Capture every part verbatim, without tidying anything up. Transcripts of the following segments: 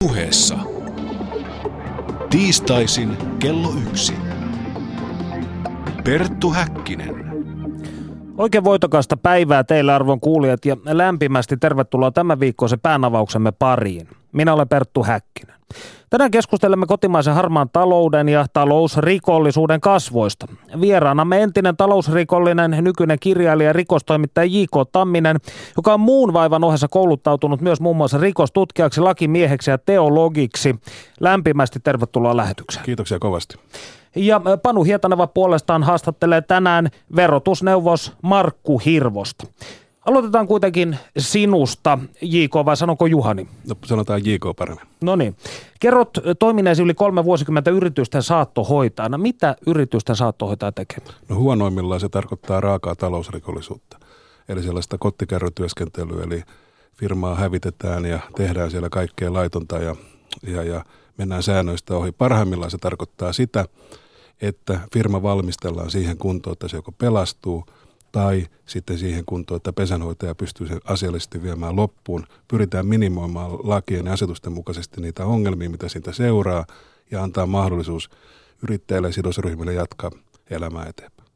Puheessa. Tiistaisin kello yksi. Perttu Häkkinen. Oikein voitokasta päivää teille, arvon kuulijat, ja lämpimästi tervetuloa tämän viikkoisen päänavauksemme pariin. Minä olen Perttu Häkkinen. Tänään keskustelemme kotimaisen harmaan talouden ja talousrikollisuuden kasvoista. Vieraanamme entinen talousrikollinen, nykyinen kirjailija ja rikostoimittaja J K Tamminen, joka on muun vaivan ohessa kouluttautunut myös muun muassa rikostutkijaksi, lakimieheksi ja teologiksi. Lämpimästi tervetuloa lähetykseen. Kiitoksia kovasti. Ja Panu Hietaneva puolestaan haastattelee tänään verotusneuvos Markku Hirvosta. Aloitetaan kuitenkin sinusta, J K, vai sanonko Juhani? No, sanotaan J K paremmin. No niin. Kerrot toimineesi yli kolme vuosikymmentä yritysten saattohoitajana. Mitä yritysten saattohoitaja tekee? No huonoimmillaan se tarkoittaa raakaa talousrikollisuutta. Eli sellaista kottikärrytyöskentelyä, eli firmaa hävitetään ja tehdään siellä kaikkea laitonta ja, ja, ja mennään säännöistä ohi. Parhaimmillaan se tarkoittaa sitä, että firma valmistellaan siihen kuntoon, että se joko pelastuu, tai sitten siihen kuntoon, että pesänhoitaja pystyy sen asiallisesti viemään loppuun. Pyritään minimoimaan lakien ja asetusten mukaisesti niitä ongelmia, mitä siitä seuraa, ja antaa mahdollisuus yrittäjille ja sidosryhmille jatkaa elämää eteenpäin.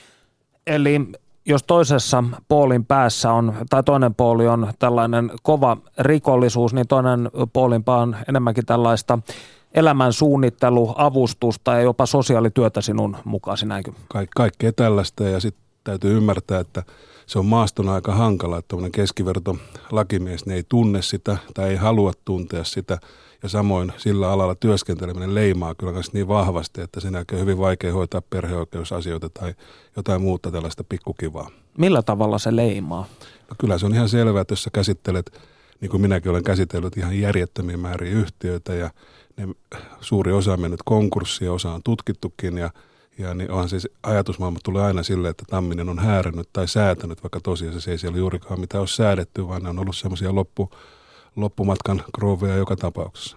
Eli jos toisessa poolin päässä on, tai toinen puoli on tällainen kova rikollisuus, niin toinen puolin pää on enemmänkin tällaista elämän suunnittelu, avustusta ja jopa sosiaalityötä sinun mukaasi, näinkö? Ka- kaikkea tällaista, ja sitten täytyy ymmärtää, että se on maastona aika hankala, että tuommoinen keskiverto lakimies ne ei tunne sitä tai ei halua tuntea sitä. Ja samoin sillä alalla työskenteleminen leimaa kyllä myös niin vahvasti, että sen jälkeen on hyvin vaikea hoitaa perheoikeusasioita tai jotain muuta tällaista pikkukivaa. Millä tavalla se leimaa? No kyllä se on ihan selvää, että jos sä käsittelet, niin kuin minäkin olen käsitellyt, ihan järjettömiä määriä yhtiöitä ja ne suuri osa on mennyt konkurssiin, osa on tutkittukin ja Ja niin onhan se ajatusmaailma tulee aina silleen, että Tamminen on häärännyt tai säätänyt, vaikka tosiaan se ei siellä juurikaan mitä ole säädetty, vaan ne on ollut semmoisia loppu, loppumatkan krooveja joka tapauksessa.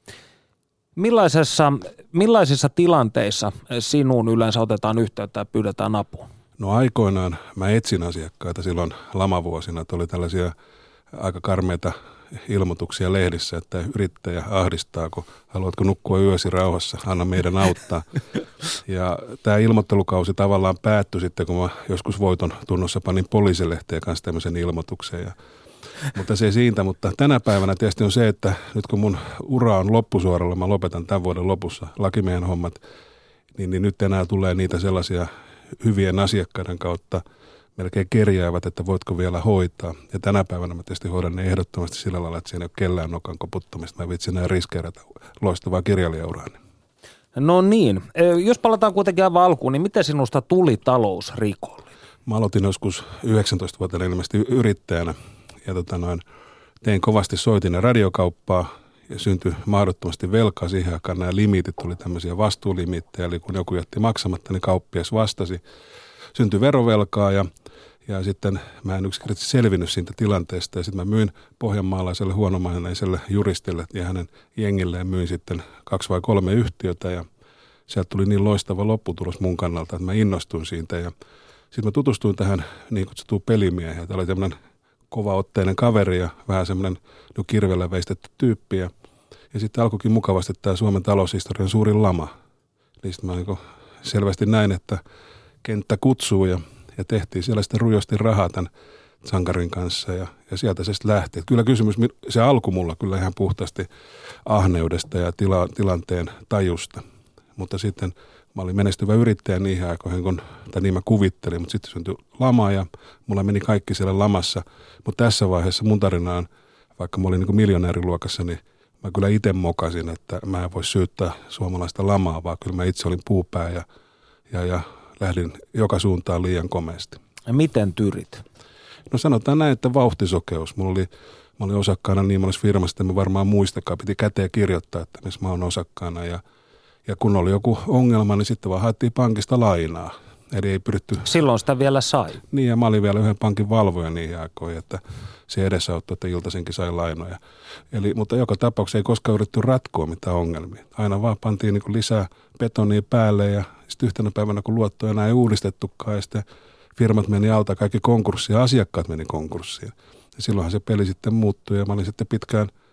Millaisessa, millaisissa tilanteissa sinuun yleensä otetaan yhteyttä ja pyydetään apua? No aikoinaan mä etsin asiakkaita silloin lamavuosina, että oli tällaisia aika karmeita ilmoituksia lehdissä, että yrittäjä ahdistaa, kun haluatko nukkua yösi rauhassa, anna meidän auttaa. Ja tämä ilmoittelukausi tavallaan päättyi sitten, kun mä joskus voiton tunnossa panin poliisilehteen kanssa tämmöisen ilmoituksen. Ja, mutta se siitä, mutta tänä päivänä tietysti on se, että nyt kun mun ura on loppusuoralla, mä lopetan tämän vuoden lopussa lakimiehen hommat, niin, niin nyt enää tulee niitä sellaisia hyvien asiakkaiden kautta, melkein kerjäävät, että voitko vielä hoitaa. Ja tänä päivänä mä tietysti hoidan ne ehdottomasti sillä lailla, että siinä ei ole kellään nokan koputtamista. Mä vitsin näin riskeerata loistavaa kirjailijauraani. No niin. Jos palataan kuitenkin aivan alkuun, niin miten sinusta tuli talousrikollinen? Mä aloitin joskus yhdeksäntoistavuotiaana ilmeisesti yrittäjänä. Ja tota noin, tein kovasti soitin ja radiokauppaa ja syntyi mahdottomasti velkaa. Siihen aikaan nämä limiitit tuli tämmöisiä vastuulimiittejä. Eli kun joku jätti maksamatta, niin kauppias vastasi. Syntyi verovelkaa ja, ja sitten mä en yksinkertaisesti selvinnyt siitä tilanteesta ja sitten mä myin pohjanmaalaiselle huonomaineiselle juristille ja hänen jengilleen myin sitten kaksi vai kolme yhtiötä ja sieltä tuli niin loistava lopputulos mun kannalta, että mä innostuin siitä ja sitten mä tutustuin tähän niin kutsuttuun pelimieheen. Tämä oli tämmöinen kovaotteinen kaveri ja vähän semmoinen no kirvellä veistetty tyyppi ja, ja sitten alkoikin mukavasti tämä Suomen taloushistorian suurin lama. Niin sitten mä niin selvästi näin, että kenttä kutsuu ja, ja tehtiin siellä sitten rujosti rahaa tämän sankarin kanssa ja, ja sieltä se sitten lähti. Että kyllä kysymys, se alku mulla kyllä ihan puhtaasti ahneudesta ja tila, tilanteen tajusta, mutta sitten mä olin menestyvä yrittäjä niihin aikoihin, kun, tai niin mä kuvittelin, mutta sitten syntyi lama ja mulla meni kaikki siellä lamassa, mutta tässä vaiheessa mun tarinaan, vaikka mä olin niin kuin miljonääriluokassa, niin mä kyllä itse mokasin, että mä en voi syyttää suomalaista lamaa, vaan kyllä mä itse olin puupää ja, ja, ja lähdin joka suuntaan liian komeasti. Ja miten tyrit? No sanotaan näin, että vauhtisokeus. Mulla oli, mä olin osakkaana niin monessa firmassa, että mä varmaan muistakaan. Piti käteen kirjoittaa, että missä mä oon osakkaana. Ja, ja kun oli joku ongelma, niin sitten vaan haettiin pankista lainaa. Eli ei pyritty... Silloin sitä vielä sai. Niin, ja mä olin vielä yhden pankin valvoja niihin aikoihin, että se edesauttoi, että iltaisinkin sai lainoja. Eli, mutta joka tapauksessa ei koskaan yritetty ratkoa mitään ongelmia. Aina vaan pantiin niin kuin lisää betonia päälle ja sitten yhtenä päivänä, kun luottoja enää ei uudistettukaan ja sitten firmat meni alta, kaikki konkurssiin ja asiakkaat meni konkurssiin. Ja silloinhan se peli sitten muuttui ja mä olin sitten pitkään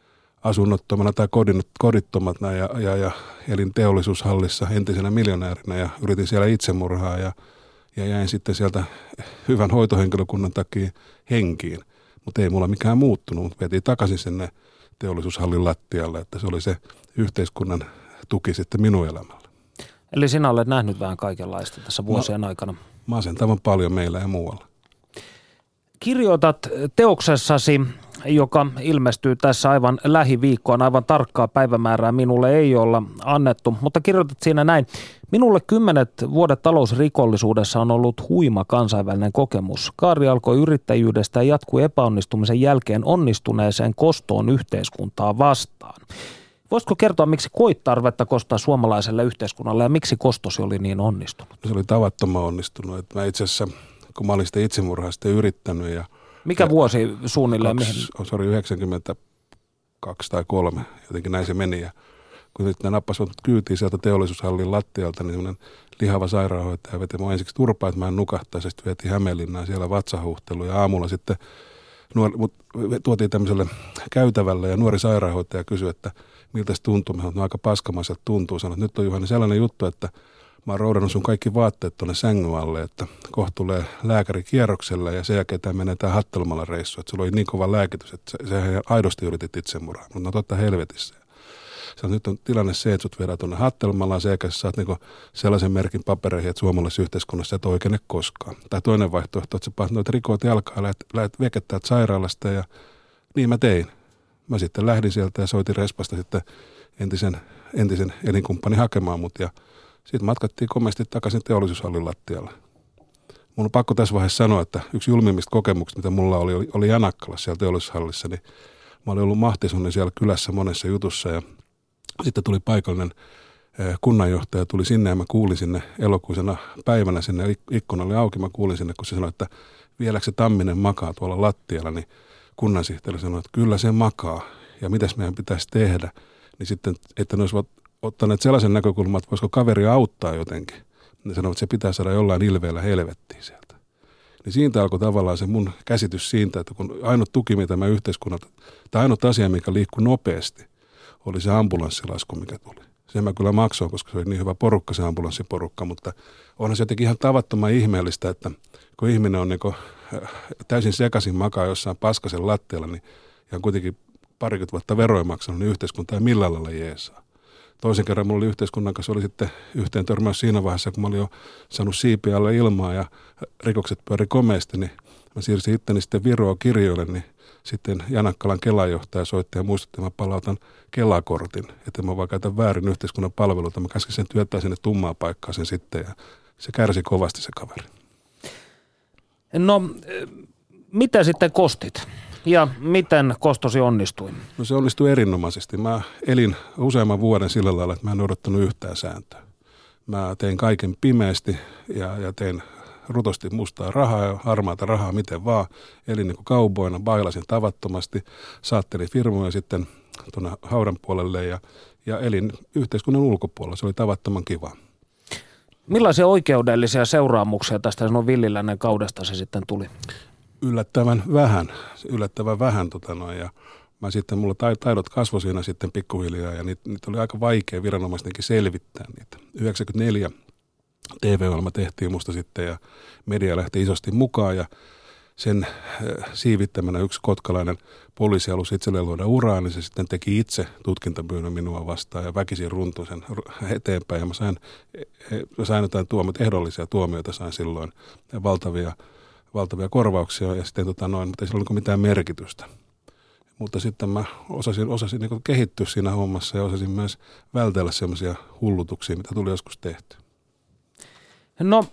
asunnottomana tai kodittomana ja, ja, ja elin teollisuushallissa entisenä miljonäärinä ja yritin siellä itsemurhaa ja, ja jäin sitten sieltä hyvän hoitohenkilökunnan takia henkiin. Mutta ei mulla mikään muuttunut, mutta vietiin takaisin sinne teollisuushallin lattialle, että se oli se yhteiskunnan tuki sitten minun elämällä. Eli sinä olet nähnyt vähän kaikenlaista tässä vuosien mä, aikana. Masentavan paljon meillä ja muualla. Kirjoitat teoksessasi, joka ilmestyy tässä aivan lähiviikkoon, aivan tarkkaa päivämäärää minulle ei olla annettu, mutta kirjoitat siinä näin. Minulle kymmenet vuodet talousrikollisuudessa on ollut huima kansainvälinen kokemus. Kaari alkoi yrittäjyydestä ja jatkui epäonnistumisen jälkeen onnistuneeseen kostoon yhteiskuntaa vastaan. Voisitko kertoa, miksi koit tarvetta kostaa suomalaiselle yhteiskunnalle ja miksi kostosi oli niin onnistunut? Se oli tavattoman onnistunut. Että mä itse asiassa, kun mä olin sitä itsemurhaa sitten yrittänyt ja mikä vuosi suunnilleen? Kaksi, mihin? Se oli yhdeksänkymmentäkaksi tai kolme, jotenkin näin se meni. Ja kun nyt ne nappasivat kyytiin sieltä teollisuushallin lattialta, niin semmoinen lihava sairaanhoitaja veti mua ensiksi turpaa, että mä en nukahtaisi. Sitten vietiin Hämeenlinnaan siellä vatsahuhtelu ja aamulla sitten nuori, mut tuotiin tämmöiselle käytävälle ja nuori sairaanhoitaja kysyi, että miltä se tuntuu. Mä sanoin, että no aika paskamaiselta tuntuu. Sanoin, että nyt on Juhani sellainen juttu, että mä oon roudannut sun kaikki vaatteet tuonne sängyn alle, että kohta tulee lääkäri kierroksella ja sen jälkeen tämä menee tää Hattelmalla reissu. Että sulla oli niin kova lääkitys, että sehän aidosti yritit itsemurhaa. Mutta no totta helvetissä. Sanoin, nyt on tilanne se, että sut viedään tuonne Hattelmalla ja sen jälkeen saat niinku sellaisen merkin papereihin, että suomalaisessa yhteiskunnassa et oikeine koskaan. Tai toinen vaihtoehto, että sä paat noita rikoit jalkaa ja lähdet, lähdet vekettää sairaalasta ja niin mä tein. Mä sitten lähdin sieltä ja soitin Respasta sitten entisen, entisen elinkumppani hakemaan mut ja sitten matkattiin komeasti takaisin teollisuushallin lattialle. Mun on pakko tässä vaiheessa sanoa, että yksi julmimmista kokemuksista, mitä mulla oli, oli, oli Janakkalassa siellä teollisuushallissa, niin mä olin ollut mahtisonni siellä kylässä monessa jutussa ja sitten tuli paikallinen kunnanjohtaja, tuli sinne ja mä kuulin sinne elokuisena päivänä, sinne ikkuna oli auki, mä kuulin sinne, kun se sanoi, että vieläkö se Tamminen makaa tuolla lattialla, niin kunnansihteeri sanoi, että kyllä se makaa ja mitäs meidän pitäisi tehdä, niin sitten, että ne olisivat ottaneet sellaisen näkökulman, että voisiko kaveri auttaa jotenkin. Ne sanovat, että se pitää saada jollain ilveellä helvettiin sieltä. Niin siitä alkoi tavallaan se mun käsitys siitä, että kun ainut tuki, mitä mä yhteiskunnalta, tai ainut asia, mikä liikkui nopeasti, oli se ambulanssilasku, mikä tuli. Sen mä kyllä maksoin, koska se oli niin hyvä porukka, se ambulanssiporukka, mutta onhan se jotenkin ihan tavattoman ihmeellistä, että kun ihminen on niin kuin täysin sekaisin makaa jossain paskasen lattialla, niin ihan kuitenkin parikymmentä vuotta veroja maksanut, niin yhteiskunta ei millään lailla jeesaa. Toisen kerran mulla oli yhteiskunnan kanssa, oli sitten yhteen törmäys siinä vaiheessa, kun mä olin jo saanut siipiä alle ilmaa ja rikokset pyöri komeasti, niin mä siirsin itteni sitten Viroa kirjoille, niin sitten Janakkalan Kelajohtaja soitti ja muistutti, että mä palautan Kelakortin, että mä vaan käytän väärin yhteiskunnan palveluita. Mä käskin sen työttää sinne tummaa paikkaa sen sitten ja se kärsi kovasti se kaveri. No, mitä sitten kostit? Ja miten kostosi onnistui? No se onnistui erinomaisesti. Mä elin useamman vuoden sillä lailla, että mä en odottanut yhtään sääntöä. Mä tein kaiken pimeästi ja, ja tein rutosti mustaa rahaa ja harmaata rahaa miten vaan. Elin niin kuin kauboina, bailasin tavattomasti, saattelin firmoja sitten tuonne haudan puolelle ja, ja elin yhteiskunnan ulkopuolella. Se oli tavattoman kiva. Millaisia oikeudellisia seuraamuksia tästä sinun villilännen kaudesta se sitten tuli? Yllättävän vähän, yllättävän vähän tota noin, ja mä sitten, mulla taidot kasvoi siinä sitten pikkuhiljaa ja niitä, niitä oli aika vaikea viranomaistenkin selvittää niitä. yhdeksänkymmentäneljä T V-ohjelma tehtiin musta sitten ja media lähti isosti mukaan ja sen äh, siivittämänä yksi kotkalainen poliisi halusi itselleen luoda uraa, niin se sitten teki itse tutkintapyynnön minua vastaan ja väkisin runtui sen eteenpäin ja mä sain, mä sain jotain tuomioita, ehdollisia tuomioita sain silloin ja valtavia valtavia korvauksia ja sitten tota noin, mutta ei sillä ole mitään merkitystä. Mutta sitten mä osasin, osasin niin kehittyä siinä hommassa ja osasin myös vältellä semmoisia hullutuksia, mitä tuli joskus tehty. No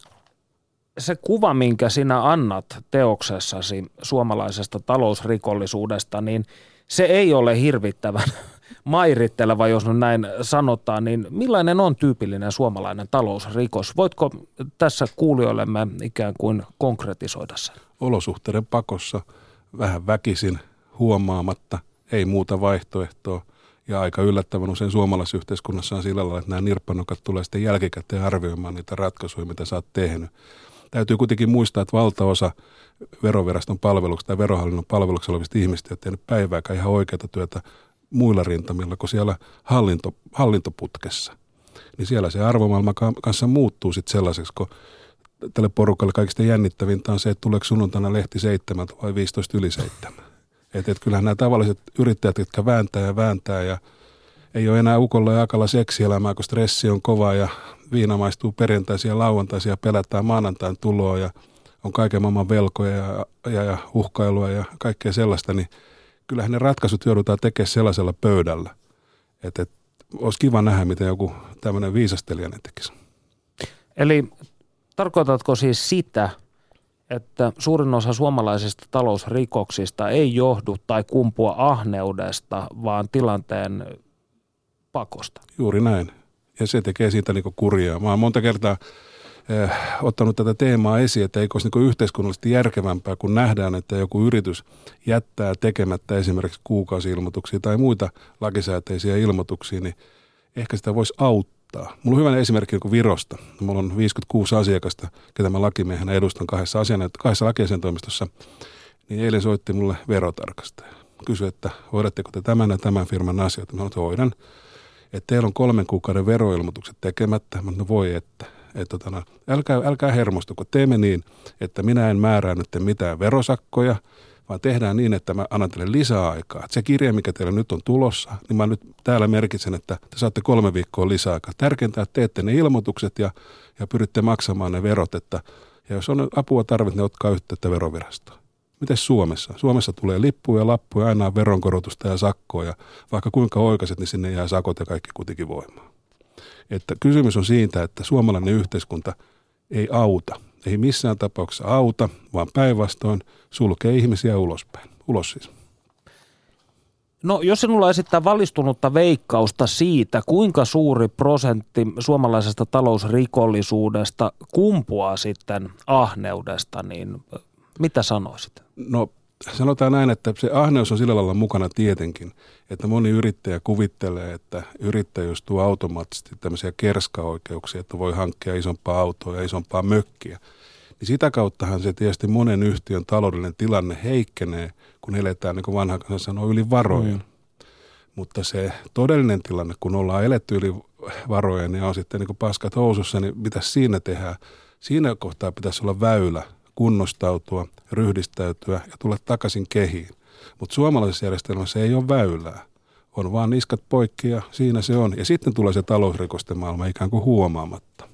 se kuva, minkä sinä annat teoksessasi suomalaisesta talousrikollisuudesta, niin se ei ole hirvittävän mairitteleva, jos nyt näin sanotaan, niin millainen on tyypillinen suomalainen talousrikos? Voitko tässä kuulijoillemme ikään kuin konkretisoida sen? Olosuhteiden pakossa, vähän väkisin, huomaamatta, ei muuta vaihtoehtoa. Ja aika yllättävän usein suomalaisessa yhteiskunnassa on sillä lailla, että nämä nirppanokat tulee sitten jälkikäteen arvioimaan niitä ratkaisuja, mitä sä oot tehnyt. Täytyy kuitenkin muistaa, että valtaosa veroviraston palveluksesta tai verohallinnon palveluksessa olevista ihmistä on tehnyt päivääkään ihan oikeata työtä muilla rintamilla kuin siellä hallinto, hallintoputkessa. Niin siellä se arvomaailma kanssa muuttuu sitten sellaiseksi, kun tälle porukalle kaikista jännittävintä on se, että tuleeko sunnuntaina lehti seitsemältä vai viisitoista yli seitsemän. Että et kyllähän nämä tavalliset yrittäjät, jotka vääntää ja vääntää ja ei ole enää ukolla ja akalla seksielämää, kun stressi on kova ja viina maistuu perjantaisia ja lauantaisia ja pelätään maanantain tuloa ja on kaiken maailman velkoja ja, ja, ja uhkailua ja kaikkea sellaista, niin kyllähän ne ratkaisut joudutaan tekemään sellaisella pöydällä, että, että olisi kiva nähdä, miten joku tämmöinen viisastelijainen tekisi. Eli tarkoitatko siis sitä, että suurin osa suomalaisista talousrikoksista ei johdu tai kumpua ahneudesta, vaan tilanteen pakosta? Juuri näin. Ja se tekee siitä niinku kurjaa. Mä oon monta kertaa eh, ottanut tätä teemaa esiin, että eikö olisi niinku yhteiskunnallisesti järkevämpää, kun nähdään, että joku yritys jättää tekemättä esimerkiksi kuukausi-ilmoituksia tai muita lakisääteisiä ilmoituksia, niin ehkä sitä voisi auttaa. Mulla on hyvä esimerkki kuin Virosta. Mulla on viisikymmentäkuusi asiakasta, ketä mä lakimiehenä edustan kahdessa, asian, kahdessa lakiasiantoimistossa. Niin eilen soitti mulle verotarkastaja. Kysyi, että hoidatteko te tämän ja tämän firman asioita? Mä sanoin, että hoidan. Että teillä on kolmen kuukauden veroilmoitukset tekemättä. Mä sanoin, voi että. että totana, älkää, älkää hermostuko. Teemme niin, että minä en määrää nyt mitään verosakkoja, vaan tehdään niin, että mä annan teille lisää aikaa. Että se kirja, mikä teillä nyt on tulossa, niin mä nyt täällä merkitsen, että te saatte kolme viikkoa lisää aikaa. Tärkeintä, että teette ne ilmoitukset ja, ja pyritte maksamaan ne verot. Että, ja jos on apua tarvitse, niin otkaa yhteyttä verovirastoon. Miten Suomessa? Suomessa tulee lippuja ja lappuja, aina on veronkorotusta ja sakkoa. Ja vaikka kuinka oikaiset, niin sinne jää sakot ja kaikki kuitenkin voimaan. Että kysymys on siitä, että suomalainen yhteiskunta ei auta. Ei missään tapauksessa auta, vaan päinvastoin sulkee ihmisiä ulospäin. Ulos siis. No jos sinulla esittää valistunutta veikkausta siitä, kuinka suuri prosentti suomalaisesta talousrikollisuudesta kumpuaa sitten ahneudesta, niin mitä sanoisit? No sanotaan näin, että se ahneus on sillä lailla mukana tietenkin, että moni yrittäjä kuvittelee, että yrittäjyys tuo automaattisesti tämmöisiä kerskaoikeuksia, että voi hankkia isompaa autoa ja isompaa mökkiä. Niin sitä kauttahan se tietysti monen yhtiön taloudellinen tilanne heikkenee, kun eletään, niin kuin vanha kansa sanoo, yli varojen. Mm. Mutta se todellinen tilanne, kun ollaan eletty yli varojen ja on sitten niin kuin paskat housussa, niin mitä siinä tehdään? Siinä kohtaa pitäisi olla väylä kunnostautua, ryhdistäytyä ja tulla takaisin kehiin. Mutta suomalaisessa järjestelmässä ei ole väylää. On vaan niskat poikki ja siinä se on. Ja sitten tulee se talousrikosten maailma ikään kuin huomaamatta.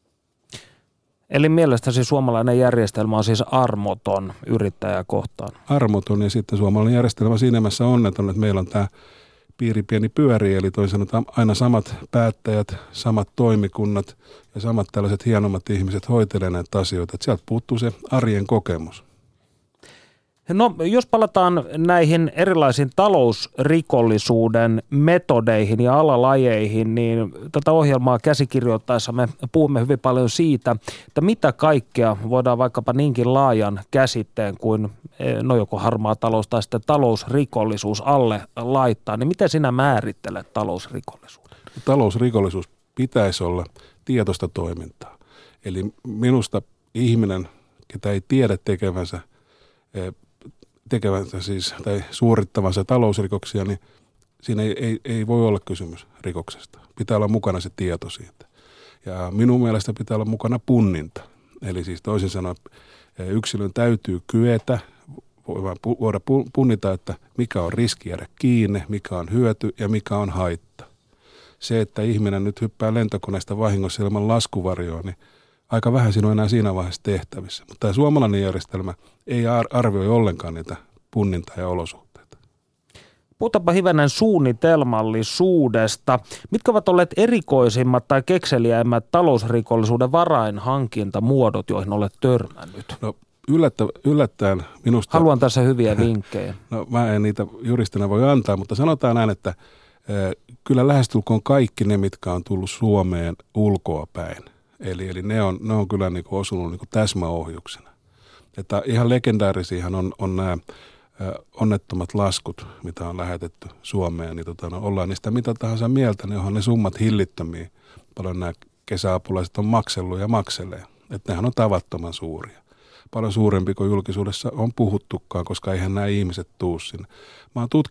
Eli mielestäsi suomalainen järjestelmä on siis armoton yrittäjää kohtaan? Armoton ja sitten suomalainen järjestelmä siinä mielessä onneton, että meillä on tämä piiri pieni pyöri, eli toisin sanotaan aina samat päättäjät, samat toimikunnat ja samat tällaiset hienommat ihmiset hoitelee näitä asioita. Että sieltä puuttuu se arjen kokemus. No jos palataan näihin erilaisiin talousrikollisuuden metodeihin ja alalajeihin, niin tätä ohjelmaa käsikirjoittaessa me puhumme hyvin paljon siitä, että mitä kaikkea voidaan vaikkapa niinkin laajan käsitteen kuin no joko harmaa talous tai sitten talousrikollisuus alle laittaa. Niin miten sinä määrittelet talousrikollisuuden? Talousrikollisuus pitäisi olla tietoista toimintaa. Eli minusta ihminen, ketä ei tiedä tekevänsä tekevänsä siis, tai suorittavansa talousrikoksia, niin siinä ei, ei, ei voi olla kysymys rikoksesta. Pitää olla mukana se tieto siitä. Ja minun mielestä pitää olla mukana punninta. Eli siis toisin sanoen yksilön täytyy kyetä, voida punnita, että mikä on riski jäädä kiinni, mikä on hyöty ja mikä on haitta. Se, että ihminen nyt hyppää lentokoneesta vahingossa ilman laskuvarjoa, niin aika vähän siinä on enää siinä vaiheessa tehtävissä. Mutta tämä suomalainen järjestelmä ei arvioi ollenkaan niitä punninta- ja olosuhteita. Puhutaanpa hivenen suunnitelmallisuudesta. Mitkä ovat olleet erikoisimmat tai kekseliäimmät talousrikollisuuden varainhankintamuodot, joihin olet törmännyt? No yllättä, yllättäen minusta... Haluan tässä hyviä vinkkejä. No mä en niitä juristina voi antaa, mutta sanotaan näin, että eh, kyllä lähestulkoon kaikki ne, mitkä on tullut Suomeen ulkoa päin. Eli, eli ne, on, ne on kyllä niin kuin osunut niin kuin täsmäohjuksena. Että ihan legendaarisiahan on, on nämä onnettomat laskut, mitä on lähetetty Suomeen. Niin tota, no, ollaan niistä mitä tahansa mieltä, niin onhan ne summat hillittömiä. Paljon nämä kesäapulaiset on maksellut ja makselee. Että nehän on tavattoman suuria. Paljon suurempi kuin julkisuudessa on puhuttukaan, koska eihän nämä ihmiset tuu sinne. Mä oon tutkinut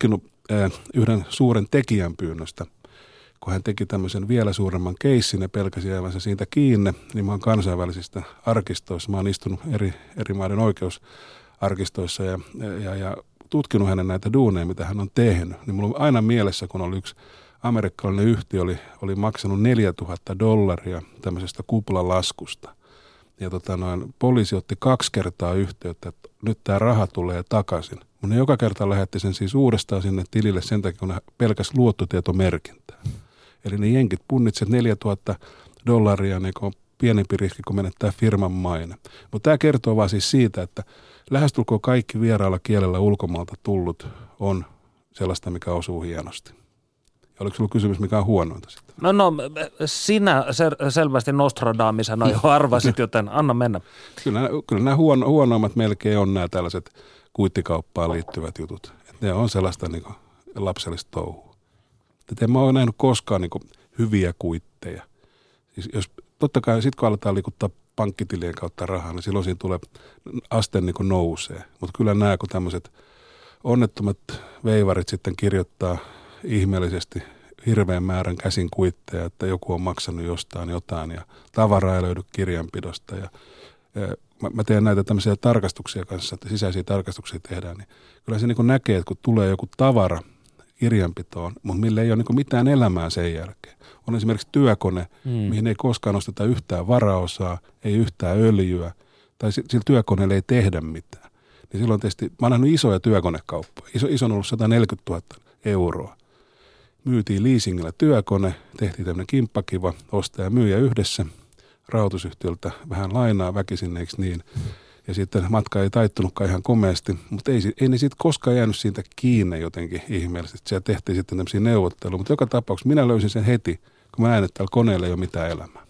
yhden suuren tekijän pyynnöstä. Kun hän teki tämmöisen vielä suuremman keissin ja pelkäsi jäävänsä siitä kiinni, niin mä oon kansainvälisistä arkistoissa. Mä oon istunut eri, eri maiden oikeusarkistoissa ja, ja, ja tutkinut hänen näitä duuneja, mitä hän on tehnyt. Niin mulla on aina mielessä, kun oli yksi amerikkalainen yhtiö, oli, oli maksanut neljätuhatta dollaria tämmöisestä kuplalaskusta. Ja tota noin, poliisi otti kaksi kertaa yhteyttä, että nyt tämä raha tulee takaisin. Mutta ne joka kerta lähetti sen siis uudestaan sinne tilille sen takia, kun ne pelkäs luottotietomerkintää. Eli ne jenkit punnitset neljätuhatta dollaria, niin on pienempi riski, kun menettää firman maine. Mutta tämä kertoo vaan siis siitä, että lähestulkoon kaikki vieraalla kielellä ulkomaalta tullut on sellaista, mikä osuu hienosti. Ja oliko sinulla kysymys, mikä on huonointa sitten? No, no sinä sel- selvästi Nostradaamisena jo arvasit, joten anna mennä. Kyllä, kyllä nämä huono, huonoimmat melkein on nämä tällaiset kuittikauppaan liittyvät jutut. Et ne on sellaista niin kuin lapsellista touhua. Et en mä ole nähnyt koskaan niin kuin hyviä kuitteja. Siis jos, totta kai sitten kun aletaan liikuttaa pankkitilien kautta rahaa, niin silloin siinä tulee aste niin kuin nousee. Mutta kyllä nämä, kun tämmöiset onnettomat veivarit sitten kirjoittaa ihmeellisesti hirveän määrän käsin kuitteja, että joku on maksanut jostain jotain ja tavaraa ei löydy kirjanpidosta. Ja, ja mä, mä teen näitä tämmöisiä tarkastuksia kanssa, että sisäisiä tarkastuksia tehdään, niin kyllä se niin kuin näkee, että kun tulee joku tavara kirjanpitoon, mutta millä ei ole niin kuin mitään elämää sen jälkeen. On esimerkiksi työkone, hmm. mihin ei koskaan osteta yhtään varaosaa, ei yhtään öljyä, tai sillä työkoneella ei tehdä mitään. Niin silloin tietysti, mä oon nähnyt isoja työkonekauppoja. Iso, iso on ollut sata neljäkymmentätuhatta euroa. Myytiin leasingillä työkone, tehtiin tämmöinen kimppakiva, ostaja ja myyjä yhdessä, rahoitusyhtiöltä vähän lainaa väkisin, eikö niin? Ja sitten matka ei taittunutkaan ihan komeasti, mutta ei, ei ne sitten koskaan jäänyt siitä kiinni jotenkin ihmeellisesti. Siellä tehtiin sitten tämmöisiä neuvotteluja, mutta joka tapauksessa minä löysin sen heti, kun mä näin, että tällä koneella ei ole mitään elämää.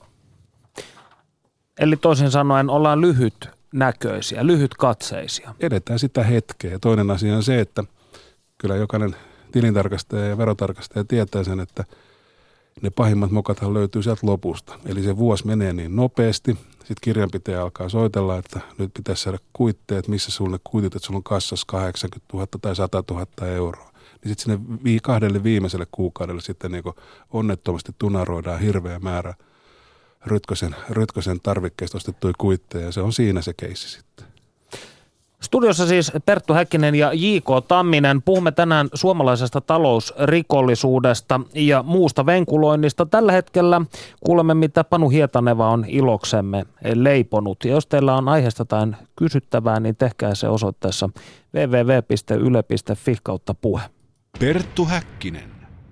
Eli toisin sanoen ollaan lyhyt näköisiä, lyhyt katseisia. Edetään sitä hetkeä. Ja toinen asia on se, että kyllä jokainen tilintarkastaja ja verotarkastaja tietää sen, että ne pahimmat mokathan löytyy sieltä lopusta. Eli se vuosi menee niin nopeasti. Sitten kirjanpitäjä alkaa soitella, että nyt pitäisi saada kuitteet, missä sulla ne kuitit, että sulla on kassassa kahdeksankymmentätuhatta tai sata tuhatta euroa. Niin sitten sinne vii, kahdelle viimeiselle kuukaudelle sitten niin onnettomasti tunaroidaan hirveä määrä Rytkösen, Rytkösen tarvikkeista ostettuja kuitteja, ja se on siinä se keissi sitten. Studiossa siis Perttu Häkkinen ja J K Tamminen. Puhumme tänään suomalaisesta talousrikollisuudesta ja muusta venkuloinnista. Tällä hetkellä kuulemme, mitä Panu Hietaneva on iloksemme leiponut. Ja jos teillä on aiheesta tai kysyttävää, niin tehkää se osoitteessa double-u double-u double-u piste yle piste fi kautta puhe. Perttu Häkkinen.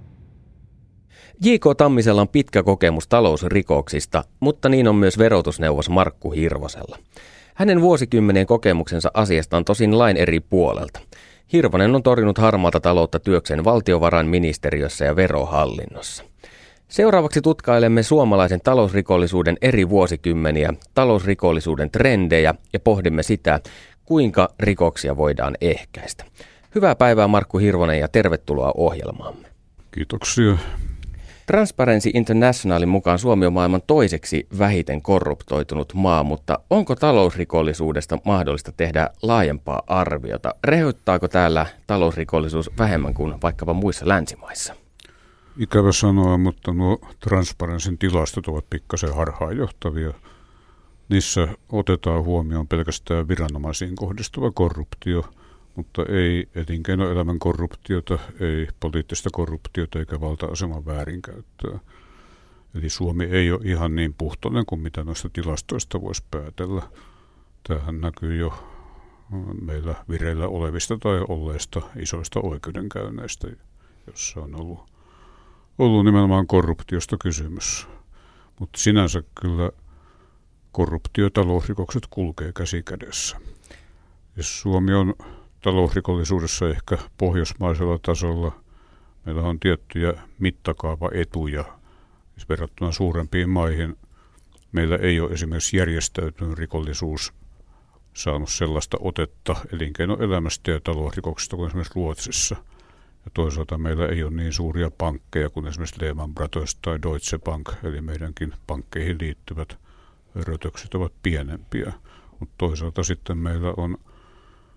J K Tammisella on pitkä kokemus talousrikoksista, mutta niin on myös verotusneuvos Markku Hirvosella. Hänen vuosikymmenien kokemuksensa asiasta on tosin lain eri puolelta. Hirvonen on torjunut harmaata taloutta työkseen valtiovarainministeriössä ja verohallinnossa. Seuraavaksi tutkailemme suomalaisen talousrikollisuuden eri vuosikymmeniä, talousrikollisuuden trendejä ja pohdimme sitä, kuinka rikoksia voidaan ehkäistä. Hyvää päivää Markku Hirvonen ja tervetuloa ohjelmaamme. Kiitoksia. Transparency Internationalin mukaan Suomi on maailman toiseksi vähiten korruptoitunut maa, mutta onko talousrikollisuudesta mahdollista tehdä laajempaa arviota? Rehoittaako täällä talousrikollisuus vähemmän kuin vaikkapa muissa länsimaissa? Ikävä sanoa, mutta nuo Transparencyn tilastot ovat pikkasen harhaanjohtavia. Niissä otetaan huomioon pelkästään viranomaisiin kohdistuva korruptio, mutta ei elinkeinoelämän korruptiota, ei poliittista korruptiota eikä valta-aseman väärinkäyttöä. Eli Suomi ei ole ihan niin puhtoinen kuin mitä noista tilastoista voisi päätellä. Tämähän näkyy jo meillä vireillä olevista tai olleista isoista oikeudenkäynneistä, jossa on ollut, ollut nimenomaan korruptiosta kysymys. Mutta sinänsä kyllä korruptio- ja talousrikokset kulkee käsi kädessä. Jos Suomi on talousrikollisuudessa ehkä pohjoismaisella tasolla, meillä on tiettyjä mittakaavaetuja, siis verrattuna suurempiin maihin. Meillä ei ole esimerkiksi järjestäytynyt rikollisuus saanut sellaista otetta elinkeinoelämästä ja talousrikoksista kuin esimerkiksi Ruotsissa. Ja toisaalta meillä ei ole niin suuria pankkeja kuin esimerkiksi Lehman Brothers tai Deutsche Bank, eli meidänkin pankkeihin liittyvät rötökset ovat pienempiä. Mutta toisaalta sitten meillä on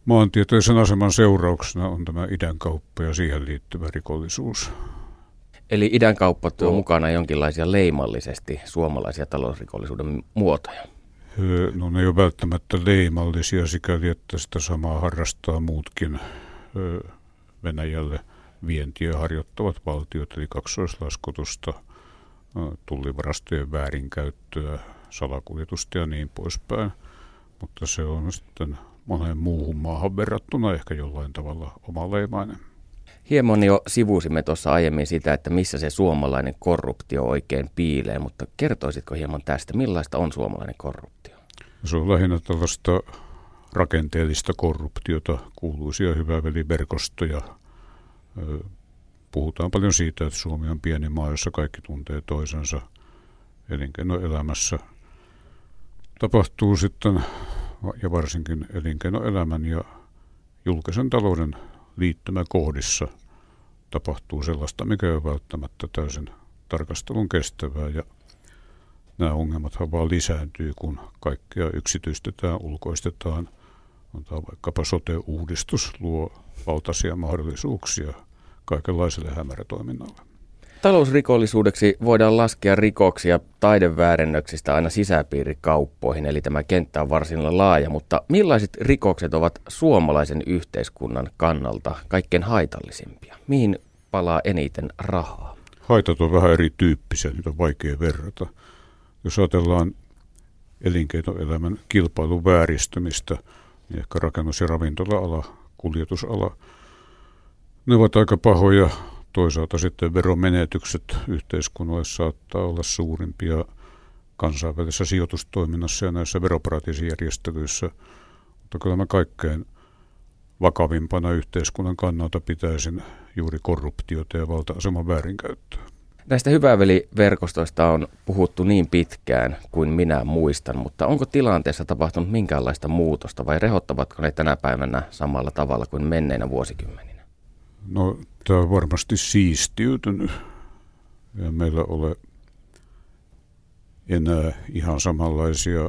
Maantieteellisen aseman seurauksena on tämä idänkauppa ja siihen liittyvä rikollisuus. Eli idänkauppa tuo mukana jonkinlaisia leimallisesti suomalaisia talousrikollisuuden muotoja. No ne ei ole välttämättä leimallisia sikäli, että sitä samaa harrastaa muutkin Venäjälle vientiä harjoittavat valtiot, eli kaksoislaskutusta, tullivarastojen väärinkäyttöä, salakuljetusta ja niin poispäin. Mutta se on sitten moneen muuhun maahan verrattuna ehkä jollain tavalla omaleimainen. Hieman jo sivusimme tuossa aiemmin sitä, että missä se suomalainen korruptio oikein piilee, mutta kertoisitko hieman tästä, millaista on suomalainen korruptio? Se on lähinnä tällaista rakenteellista korruptiota, kuuluisia hyväveliverkostoja. Puhutaan paljon siitä, että Suomi on pieni maa, jossa kaikki tuntee toisensa elinkeinoelämässä. Tapahtuu sitten, ja varsinkin elinkeinoelämän ja julkisen talouden liittymäkohdissa tapahtuu sellaista, mikä ei ole välttämättä täysin tarkastelun kestävää. Ja nämä ongelmathan vaan lisääntyy, kun kaikkea yksityistetään, ulkoistetaan. On tämä vaikkapa sote-uudistus luo valtaisia mahdollisuuksia kaikenlaiselle hämärätoiminnalle. Talousrikollisuudeksi voidaan laskea rikoksia taideväärennöksistä aina sisäpiirikauppoihin, eli tämä kenttä on varsin laaja, mutta millaiset rikokset ovat suomalaisen yhteiskunnan kannalta kaikkein haitallisimpia? Mihin palaa eniten rahaa? Haitat on vähän erityyppisiä, niitä on vaikea verrata. Jos ajatellaan elinkeinoelämän kilpailun vääristymistä, niin ehkä rakennus- ja ravintola-ala, kuljetusala, ne ovat aika pahoja. Toisaalta sitten veromenetykset yhteiskunnalle saattaa olla suurimpia kansainvälisessä sijoitustoiminnassa ja näissä veroparatiisijärjestelyissä. Mutta kyllä mä kaikkein vakavimpana yhteiskunnan kannalta pitäisin juuri korruptiota ja valta-aseman väärinkäyttöä. Näistä hyväveliverkostoista on puhuttu niin pitkään kuin minä muistan, mutta onko tilanteessa tapahtunut minkäänlaista muutosta vai rehottavatko ne tänä päivänä samalla tavalla kuin menneinä vuosikymmeninä? No, tämä on varmasti siistiytynyt. Ja meillä ole enää ihan samanlaisia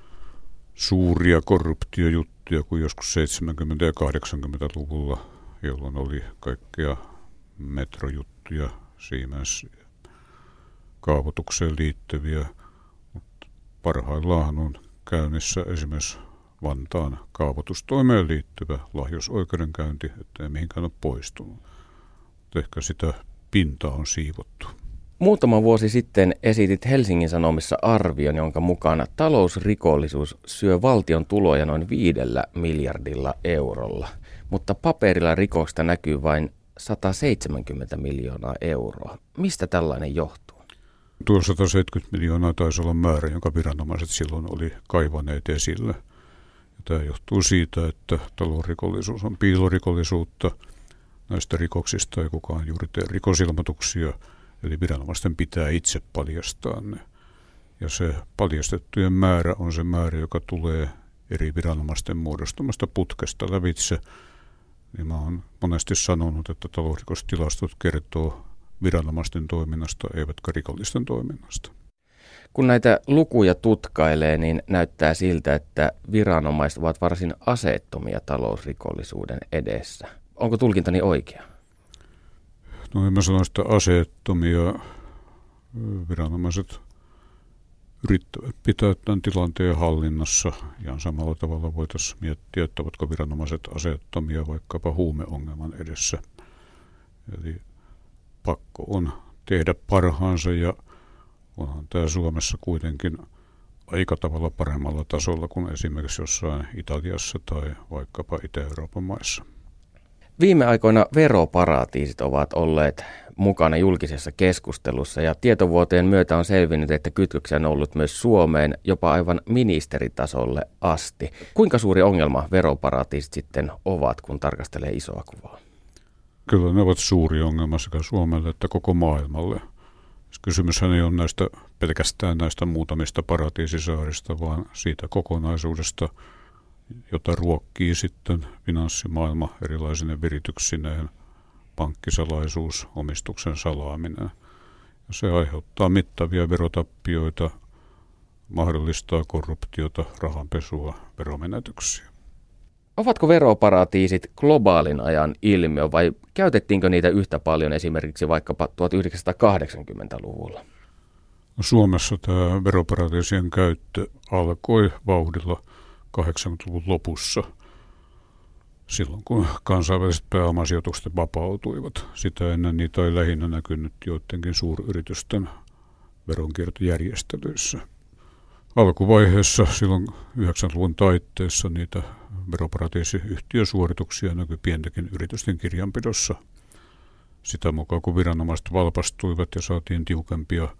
suuria korruptiojuttuja kuin joskus seitsemänkymmentä- ja kahdeksankymmentäluvulla, jolloin oli kaikkia metrojuttuja, Siemens kaavoitukseen liittyviä. Mutta parhaillaan on käynnissä esimerkiksi Vantaan kaavoitustoimeen liittyvä lahjusoikeudenkäynti, ettei mihinkään ole poistunut. Ehkä sitä pintaa on siivottu. Muutama vuosi sitten esitit Helsingin Sanomissa arvion, jonka mukana talousrikollisuus syö valtion tuloja noin viidellä miljardilla eurolla, mutta paperilla rikoksista näkyy vain sataseitsemänkymmentä miljoonaa euroa. Mistä tällainen johtuu? Tuo sataseitsemänkymmentä miljoonaa taisi olla määrä, jonka viranomaiset silloin oli kaivaneet esille. Ja tämä johtuu siitä, että talousrikollisuus on piilorikollisuutta. Näistä rikoksista ei kukaan juuri tee rikosilmoituksia, eli viranomaisten pitää itse paljastaa ne. Ja se paljastettujen määrä on se määrä, joka tulee eri viranomaisten muodostumasta putkesta lävitse. Niin mä oon monesti sanonut, että talousrikostilastot kertoo viranomaisten toiminnasta, eivätkä rikollisten toiminnasta. Kun näitä lukuja tutkailee, niin näyttää siltä, että viranomaiset ovat varsin aseettomia talousrikollisuuden edessä. Onko tulkintani oikea? No en mä sano sitä aseettomia. Viranomaiset yrittävät pitää tämän tilanteen hallinnassa. Ihan samalla tavalla voitaisiin miettiä, että ovatko viranomaiset aseettomia vaikkapa huumeongelman edessä. Eli pakko on tehdä parhaansa ja onhan tämä Suomessa kuitenkin aika tavalla paremmalla tasolla kuin esimerkiksi jossain Italiassa tai vaikkapa Itä-Euroopan maissa. Viime aikoina veroparatiisit ovat olleet mukana julkisessa keskustelussa ja tietovuoteen myötä on selvinnyt, että kytköksiä on ollut myös Suomeen jopa aivan ministeritasolle asti. Kuinka suuri ongelma veroparatiisit sitten ovat, kun tarkastelee isoa kuvaa? Kyllä ne ovat suuri ongelma sekä Suomelle että koko maailmalle. Kysymyshän ei ole näistä, pelkästään näistä muutamista paratiisisaarista, vaan siitä kokonaisuudesta, jota ruokkii sitten finanssimaailma erilaisine virityksineen, pankkisalaisuus, omistuksen salaaminen. Ja se aiheuttaa mittavia verotappioita, mahdollistaa korruptiota, rahanpesua, veromenetyksiä. Ovatko veroparatiisit globaalin ajan ilmiö vai käytettiinkö niitä yhtä paljon esimerkiksi vaikkapa tuhatyhdeksänsataakahdeksankymmentäluvulla? Suomessa tämä veroparatiisien käyttö alkoi vauhdilla kahdeksankymmentäluvun lopussa, silloin kun kansainväliset pääomasijoitukset vapautuivat. Sitä ennen niitä oli lähinnä näkynyt joidenkin suuryritysten veronkiertojärjestelyissä. Alkuvaiheessa silloin yhdeksänkymmentäluvun taitteessa niitä veroparatiisiyhtiösuorituksia näkyi pientäkin yritysten kirjanpidossa. Sitä mukaan kun viranomaiset valpastuivat ja saatiin tiukempia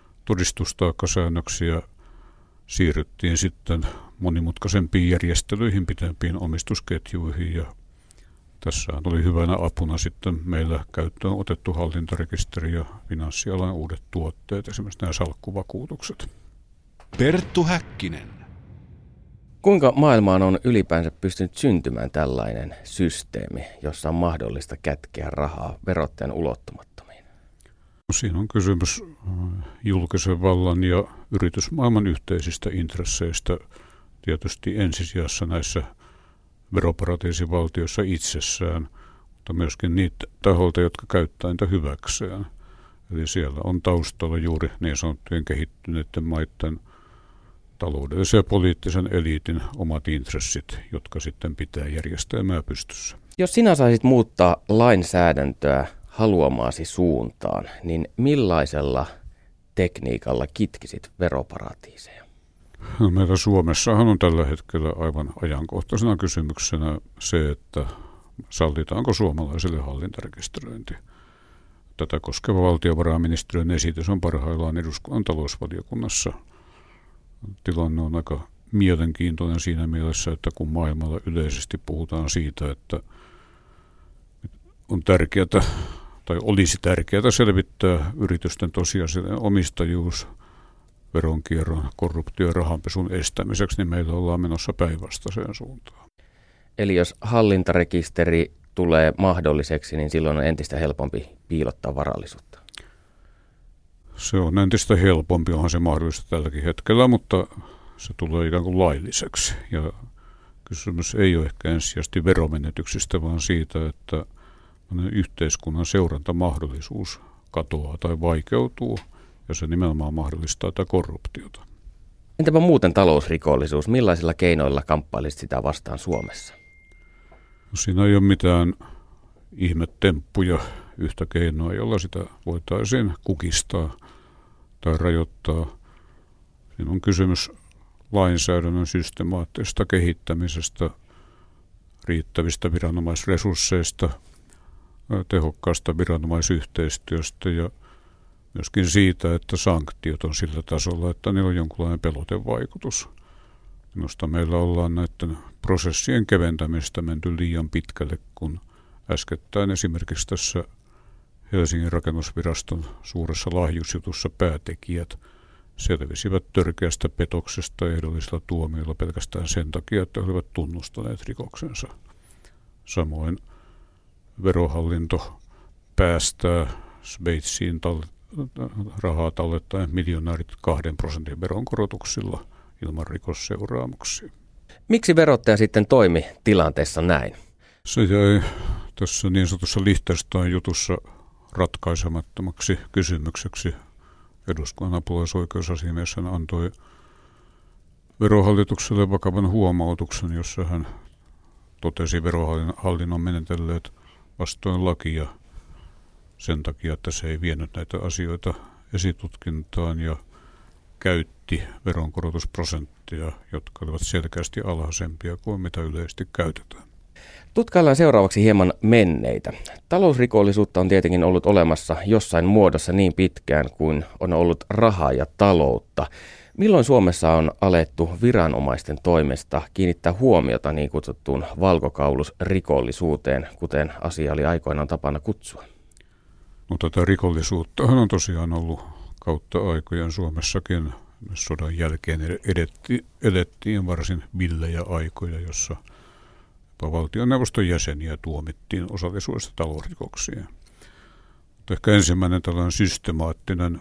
todistustaakkasäännöksiä, siirryttiin sitten monimutkaisempiin järjestelyihin, pitempiin omistusketjuihin ja tässä oli hyvänä apuna sitten meillä käyttöön otettu hallintarekisteri ja finanssialan uudet tuotteet, esimerkiksi nämä salkkuvakuutukset. Perttu Häkkinen. Kuinka maailmaan on ylipäänsä pystynyt syntymään tällainen systeemi, jossa on mahdollista kätkeä rahaa verottajan ulottumattomiin? Siinä on kysymys julkisen vallan ja yritysmaailman yhteisistä intresseistä tietysti ensisijassa näissä veroparatiisivaltioissa itsessään, mutta myöskin niitä taholta, jotka käyttää niitä hyväkseen. Eli siellä on taustalla juuri niin sanottujen kehittyneiden maiden taloudellisen ja poliittisen eliitin omat intressit, jotka sitten pitää järjestelmää pystyssä. Jos sinä saisit muuttaa lainsäädäntöä haluamaasi suuntaan, niin millaisella tekniikalla kitkisit veroparatiiseja? No, meillä Suomessahan on tällä hetkellä aivan ajankohtaisena kysymyksenä se, että sallitaanko suomalaisille hallintarekisteröinti. Tätä koskeva valtiovarainministeriön esitys on parhaillaan eduskunnan talousvaliokunnassa. Tilanne on aika mielenkiintoinen siinä mielessä, että kun maailmalla yleisesti puhutaan siitä, että on tärkeää tai olisi tärkeää selvittää yritysten tosiasiallinen omistajuus veronkierron, korruptio- ja rahanpesun estämiseksi, niin meillä ollaan menossa päinvastaiseen suuntaan. Eli jos hallintarekisteri tulee mahdolliseksi, niin silloin on entistä helpompi piilottaa varallisuutta. Se on entistä helpompi, onhan se mahdollista tälläkin hetkellä, mutta se tulee ikään kuin lailliseksi. Ja kysymys ei ole ehkä ensisijaisesti veromenetyksistä, vaan siitä, että yhteiskunnan seurantamahdollisuus katoaa tai vaikeutuu, ja se nimenomaan mahdollistaa tätä korruptiota. Entäpä muuten talousrikollisuus? Millaisilla keinoilla kamppailisit sitä vastaan Suomessa? Siinä ei ole mitään ihmetemppuja, yhtä keinoa, jolla sitä voitaisiin kukistaa tai rajoittaa. Siinä on kysymys lainsäädännön systemaattisesta kehittämisestä, riittävistä viranomaisresursseista, tehokkaasta viranomaisyhteistyöstä ja myöskin siitä, että sanktiot on sillä tasolla, että niillä on jonkunlainen pelotevaikutus. Minusta meillä ollaan näiden prosessien keventämistä menty liian pitkälle, kun äskettäin esimerkiksi tässä Helsingin rakennusviraston suuressa lahjusjutussa päätekijät selvisivät törkeästä petoksesta ehdollisella tuomiolla pelkästään sen takia, että he olivat tunnustaneet rikoksensa. Samoin verohallinto päästää Sveitsiin tal- rahaa tallettaen miljonäärit kahden prosentin veronkorotuksilla ilman rikosseuraamuksia. Miksi verottaja sitten toimi tilanteessa näin? Se jäi tässä niin sanotussa Liechtenstein-jutussa ratkaisemattomaksi kysymykseksi. Eduskunnan apulaisoikeusasiamies antoi verohallitukselle vakavan huomautuksen, jossa hän totesi verohallinnon menetelleet vastoin lakia sen takia, että se ei vienyt näitä asioita esitutkintaan ja käytti veronkorotusprosentteja, jotka olivat selkeästi alhaisempia kuin mitä yleisesti käytetään. Tutkaillaan seuraavaksi hieman menneitä. Talousrikollisuutta on tietenkin ollut olemassa jossain muodossa niin pitkään kuin on ollut rahaa ja taloutta. Milloin Suomessa on alettu viranomaisten toimesta kiinnittää huomiota niin kutsuttuun valkokaulusrikollisuuteen, kuten asia oli aikoinaan tapana kutsua? No, tätä rikollisuuttahan on tosiaan ollut kautta aikojen Suomessakin. Sodan jälkeen edetti, edettiin varsin villejä aikoja, jossa valtioneuvoston jäseniä tuomittiin osallisuudesta talousrikoksiin. Mutta ehkä ensimmäinen tällainen systemaattinen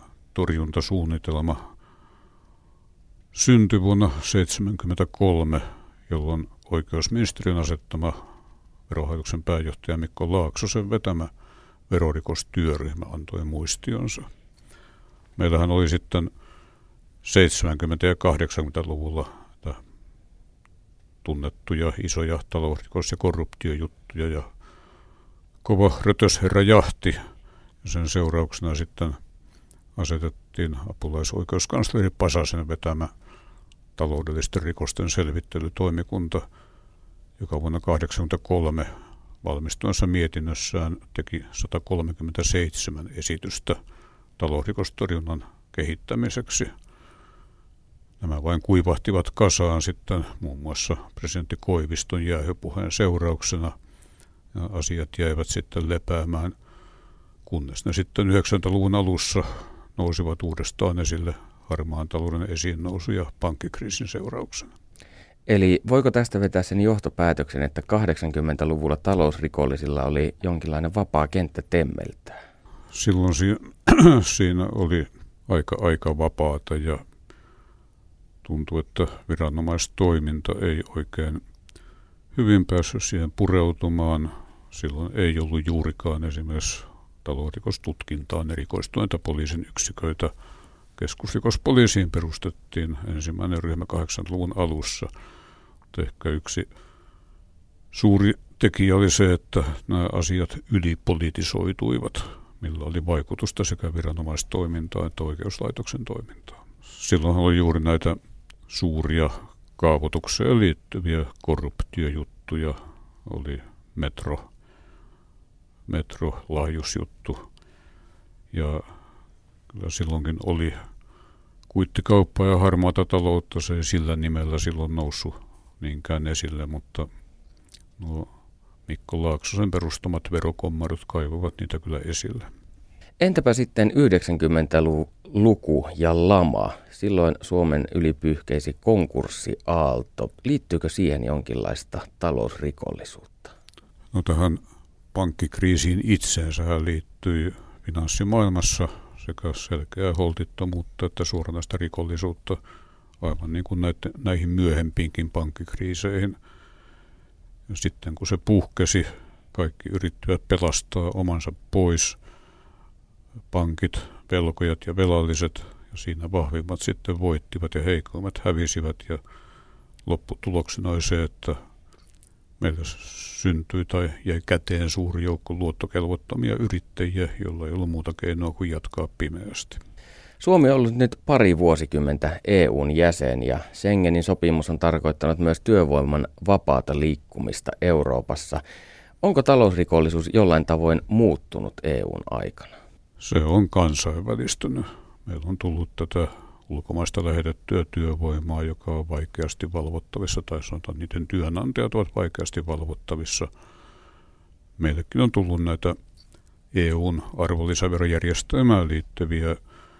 torjuntasuunnitelma syntyi vuonna tuhatyhdeksänsataaseitsemänkymmentäkolme, jolloin oikeusministeriön asettama Verohallituksen pääjohtaja Mikko Laaksosen vetämä verorikostyöryhmä antoi muistionsa. Meillähän oli sitten seitsemänkymmentä- ja kahdeksankymmentäluvulla tunnettuja isoja talousrikos- ja korruptiojuttuja ja kova rötösherrajahti. Ja sen seurauksena sitten asetettiin apulaisoikeuskansleri Pasasen vetämä taloudellisten rikosten selvittelytoimikunta, joka vuonna tuhatyhdeksänsataakahdeksankymmentäkolme valmistuneessa mietinnössään teki sata kolmekymmentäseitsemän esitystä talousrikostorjunnan kehittämiseksi. Nämä vain kuivahtivat kasaan sitten muun muassa presidentti Koiviston jäähypuheen seurauksena. Ja asiat jäivät sitten lepäämään, kunnes ne sitten yhdeksänkymmentäluvun alussa nousivat uudestaan esille harmaan talouden esiin nousu ja pankkikriisin seurauksena. Eli voiko tästä vetää sen johtopäätöksen, että kahdeksankymmentäluvulla talousrikollisilla oli jonkinlainen vapaa kenttä temmeltää? Silloin si- siinä oli aika, aika vapaata ja tuntui, että viranomaistoiminta ei oikein hyvin päässyt siihen pureutumaan. Silloin ei ollut juurikaan esimerkiksi talousrikostutkintaan erikoistuneita poliisin yksiköitä. Keskusrikospoliisiin perustettiin ensimmäinen ryhmä kahdeksankymmentäluvun alussa. Mutta ehkä yksi suuri tekijä oli se, että nämä asiat ylipolitisoituivat, millä oli vaikutusta sekä viranomaistoimintaan että oikeuslaitoksen toimintaan. Silloin oli juuri näitä suuria kaavoitukseen liittyviä korruptiojuttuja, oli metro, metrolahjusjuttu ja kyllä silloinkin oli kuittikauppaa ja harmaata taloutta, se ei sillä nimellä silloin noussut niinkään esille, mutta nuo Mikko Laaksosen perustamat verokommarot kaivavat niitä kyllä esille. Entäpä sitten yhdeksänkymmentäluku ja lama? Silloin Suomen yli pyyhkeisi konkurssiaalto. Liittyykö siihen jonkinlaista talousrikollisuutta? No tähän pankkikriisiin itseensä liittyy finanssimaailmassa sekä selkeää holtittomuutta että suoranaista rikollisuutta, aivan niin kuin näitä, näihin myöhempiinkin pankkikriiseihin. Ja sitten kun se puhkesi, kaikki yrittivät pelastaa omansa pois, pankit, velkojat ja velalliset, ja siinä vahvimmat sitten voittivat ja heikoimmat hävisivät, ja lopputuloksena oli se, että meillä syntyi tai jäi käteen suuri joukko luottokelvottomia yrittäjiä, joilla ei ollut muuta keinoa kuin jatkaa pimeästi. Suomi on ollut nyt pari vuosikymmentä E U:n jäsen ja Schengenin sopimus on tarkoittanut myös työvoiman vapaata liikkumista Euroopassa. Onko talousrikollisuus jollain tavoin muuttunut E U:n aikana? Se on kansainvälistynyt. Meillä on tullut tätä ulkomaista lähetettyä työvoimaa, joka on vaikeasti valvottavissa, tai sanotaan niiden työnantajat ovat vaikeasti valvottavissa. Meillekin on tullut näitä E U:n arvonlisäverojärjestelmään liittyviä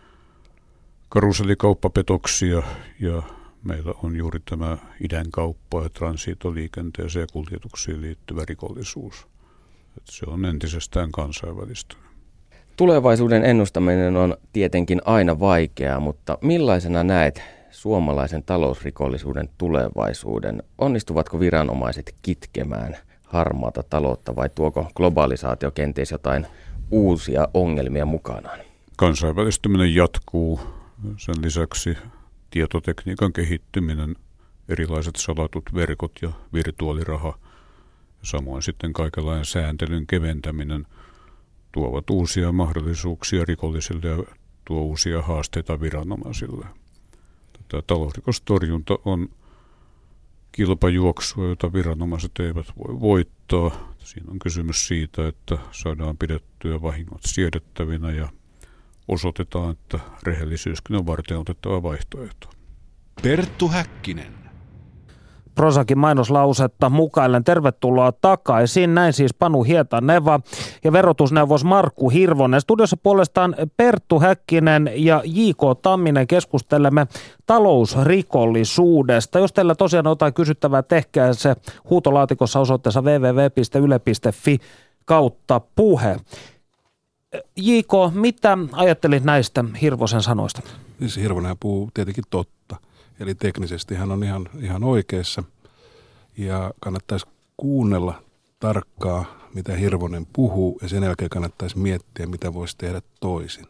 karusellikauppapetoksia, ja meillä on juuri tämä idänkauppa ja transitoliikenteeseen ja kuljetuksiin liittyvä rikollisuus. Että se on entisestään kansainvälistynyt. Tulevaisuuden ennustaminen on tietenkin aina vaikeaa, mutta millaisena näet suomalaisen talousrikollisuuden tulevaisuuden? Onnistuvatko viranomaiset kitkemään harmaata taloutta vai tuoko globalisaatio kenties jotain uusia ongelmia mukanaan? Kansainvälistyminen jatkuu. Sen lisäksi tietotekniikan kehittyminen, erilaiset salatut verkot ja virtuaaliraha, samoin sitten kaikenlainen sääntelyn keventäminen tuovat uusia mahdollisuuksia rikollisille ja tuo uusia haasteita viranomaisille. Tämä talousrikostorjunta on kilpajuoksua, jota viranomaiset eivät voi voittaa. Siinä on kysymys siitä, että saadaan pidettyä vahingot siedettävinä ja osoitetaan, että rehellisyyskin on varten otettava vaihtoehto. Perttu Häkkinen. Prosakin mainoslausetta mukaillen tervetuloa takaisin. Näin siis Panu Hietaneva ja verotusneuvos Markku Hirvonen. Studiossa puolestaan Perttu Häkkinen ja J K Tamminen keskustelemme talousrikollisuudesta. Jos teillä tosiaan on jotain kysyttävää, tehkää se huutolaatikossa osoitteessa double-u double-u double-u piste yle piste fi kautta puhe. J K, mitä ajattelit näistä Hirvosen sanoista? Siis Hirvonen puhuu tietenkin totta. Eli teknisesti hän on ihan, ihan oikeassa. ja kannattaisi kuunnella tarkkaa, mitä Hirvonen puhuu, ja sen jälkeen kannattaisi miettiä, mitä voisi tehdä toisin.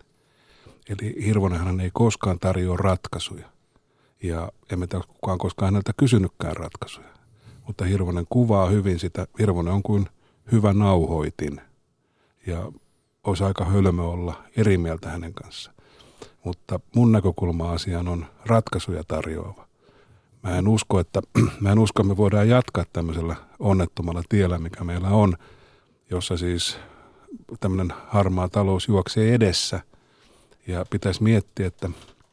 Eli Hirvonenhan ei koskaan tarjoa ratkaisuja, ja emme ole kukaan koskaan häneltä kysynytkään ratkaisuja. Mutta Hirvonen kuvaa hyvin sitä. Hirvonen on kuin hyvä nauhoitin, ja olisi aika hölmö olla eri mieltä hänen kanssaan. Mutta mun näkökulma asiaan on ratkaisuja tarjoava. Mä en usko, että mä en usko, me voidaan jatkaa tämmöisellä onnettomalla tiellä, mikä meillä on, jossa siis tämmöinen harmaa talous juoksee edessä ja pitäisi miettiä, että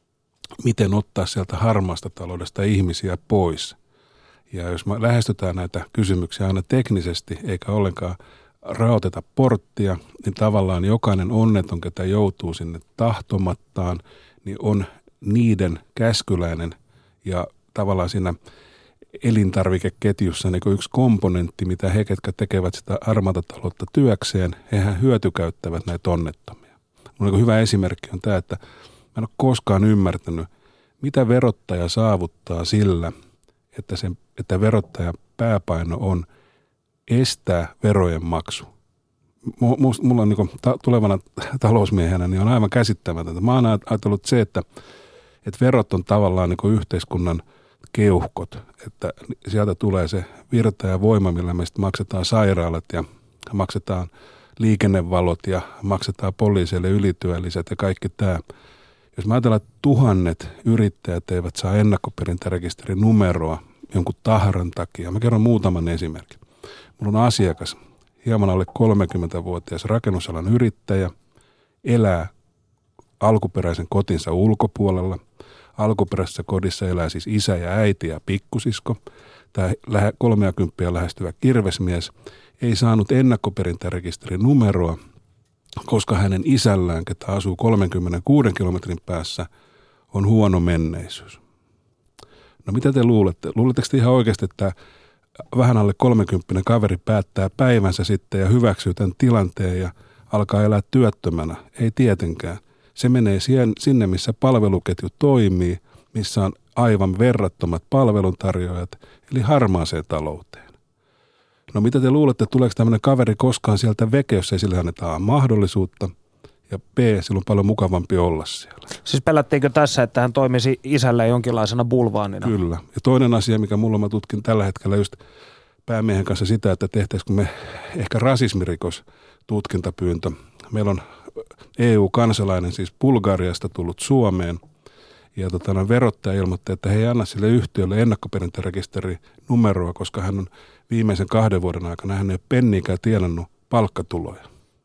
miten ottaa sieltä harmaasta taloudesta ihmisiä pois. Ja jos me lähestytään näitä kysymyksiä aina teknisesti eikä ollenkaan raoteta porttia, niin tavallaan jokainen onneton, ketä joutuu sinne tahtomattaan, niin on niiden käskyläinen ja tavallaan siinä elintarvikeketjussa niin kuin yksi komponentti, mitä he, ketkä tekevät sitä harmaata taloutta työkseen, hehän hyötykäyttävät näitä onnettomia. Mun niin hyvä esimerkki on tämä, että mä en ole koskaan ymmärtänyt, mitä verottaja saavuttaa sillä, että, sen, että verottajan pääpaino on estää verojen maksu. Mulla on niin kuin ta- tulevana talousmiehenä niin on aivan käsittämätöntä. Mä oon ajatellut se, että, että verot on tavallaan niin kuin yhteiskunnan keuhkot, että sieltä tulee se virta ja voima, millä me sitten maksetaan sairaalat ja maksetaan liikennevalot ja maksetaan poliiseille ylityölliset ja kaikki tämä. Jos mä ajatellaan, että tuhannet yrittäjät eivät saa ennakkoperintärekisterin numeroa jonkun tahran takia. Mä kerron muutaman esimerkin. Mulla on asiakas, hieman alle kolmekymmentävuotias rakennusalan yrittäjä, elää alkuperäisen kotinsa ulkopuolella. Alkuperäisessä kodissa elää siis isä ja äiti ja pikkusisko. Tämä kolmeakymppiä lähestyvä kirvesmies ei saanut ennakkoperintärekisterin numeroa, koska hänen isällään, ketä asuu kolmekymmentäkuusi kilometrin päässä, on huono menneisyys. No mitä te luulette? Luuletteko te ihan oikeasti, että vähän alle kolmekymppinen kaveri päättää päivänsä sitten ja hyväksyy tämän tilanteen ja alkaa elää työttömänä? Ei tietenkään. Se menee sinne, missä palveluketju toimii, missä on aivan verrattomat palveluntarjoajat, eli harmaaseen talouteen. No mitä te luulette, tuleeko tämmöinen kaveri koskaan sieltä veke, jos ei sille annetaan mahdollisuutta, ja B, silloin on paljon mukavampi olla siellä. Siis pelättiinkö tässä, että hän toimisi isälle jonkinlaisena bulvaanina? Kyllä. Ja toinen asia, mikä mulla mä tutkin tällä hetkellä just päämiehen kanssa sitä, että tehtäisikö me ehkä rasismirikos tutkintapyyntö. Meillä on E U-kansalainen siis Bulgariasta tullut Suomeen, ja tota, no, verottaja ilmoitti, että he ei anna sille yhtiölle ennakkoperintärekisterinumeroa, koska hän on viimeisen kahden vuoden aikana, hän ei ole penniikään tienannut palkkatuloja.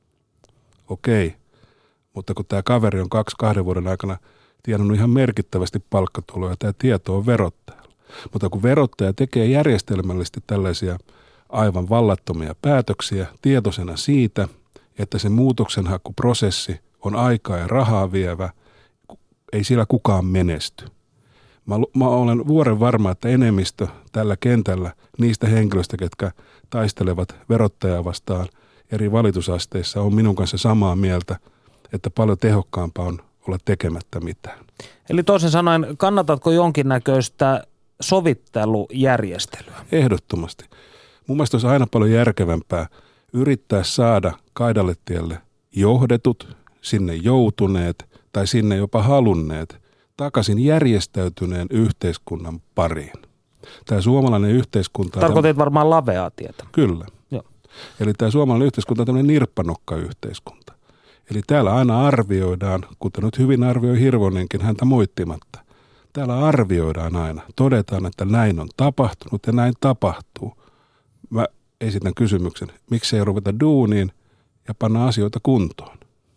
Okei, mutta kun tämä kaveri on kaksi kahden vuoden aikana tienannut ihan merkittävästi palkkatuloja, tämä tieto on verottajalla. Mutta kun verottaja tekee järjestelmällisesti tällaisia aivan vallattomia päätöksiä tietoisena siitä, että se muutoksenhakuprosessi on aikaa ja rahaa vievä, ei sillä kukaan menesty. Mä, mä olen vuoren varma, että enemmistö tällä kentällä niistä henkilöistä, ketkä taistelevat verottajaa vastaan eri valitusasteissa, on minun kanssa samaa mieltä, että paljon tehokkaampaa on olla tekemättä mitään. Eli toisin sanoen, kannatatko jonkinnäköistä sovittelujärjestelyä? Ehdottomasti. Mun mielestä olisi aina paljon järkevämpää yrittää saada kaidalle tielle johdetut, sinne joutuneet tai sinne jopa halunneet takaisin järjestäytyneen yhteiskunnan pariin. Tämä suomalainen yhteiskunta... Tarkoitit varmaan laveaa tietä. Kyllä. Joo. Eli tämä suomalainen yhteiskunta on tämmöinen nirppanokka-yhteiskunta. Eli täällä aina arvioidaan, kuten nyt hyvin arvioi Hirvonenkin häntä moittimatta. Täällä arvioidaan aina, todetaan, että näin on tapahtunut ja näin tapahtuu. Mä esitän kysymyksen, miksi ei ruveta duuniin ja panna asioita kuntoon?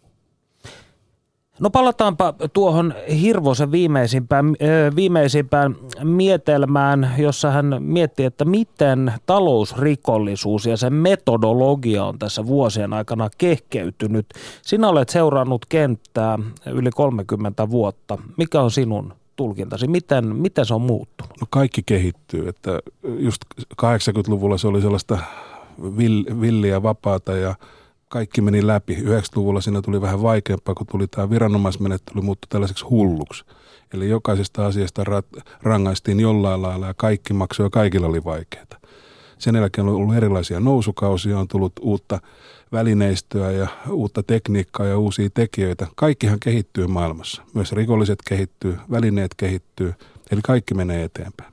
No palataanpa tuohon Hirvosen viimeisimpään, viimeisimpään mietelmään, jossa hän mietti, että miten talousrikollisuus ja sen metodologia on tässä vuosien aikana kehkeytynyt. Sinä olet seurannut kenttää yli kolmekymmentä vuotta. Mikä on sinun tulkintasi? Miten, miten se on muuttunut? No kaikki kehittyy. Että just kahdeksankymmentäluvulla se oli sellaista villiä vapaata ja kaikki meni läpi. yhdeksänkymmentäluvulla siinä tuli vähän vaikeampaa, kun tuli tämä viranomaismenettely, muuttui tällaiseksi hulluksi. Eli jokaisesta asiasta rat- rangaistiin jollain lailla ja kaikki maksoi ja kaikilla oli vaikeaa. Sen jälkeen on ollut erilaisia nousukausia, on tullut uutta välineistöä ja uutta tekniikkaa ja uusia tekijöitä. Kaikkihan kehittyy maailmassa. Myös rikolliset kehittyy, välineet kehittyy, eli kaikki menee eteenpäin.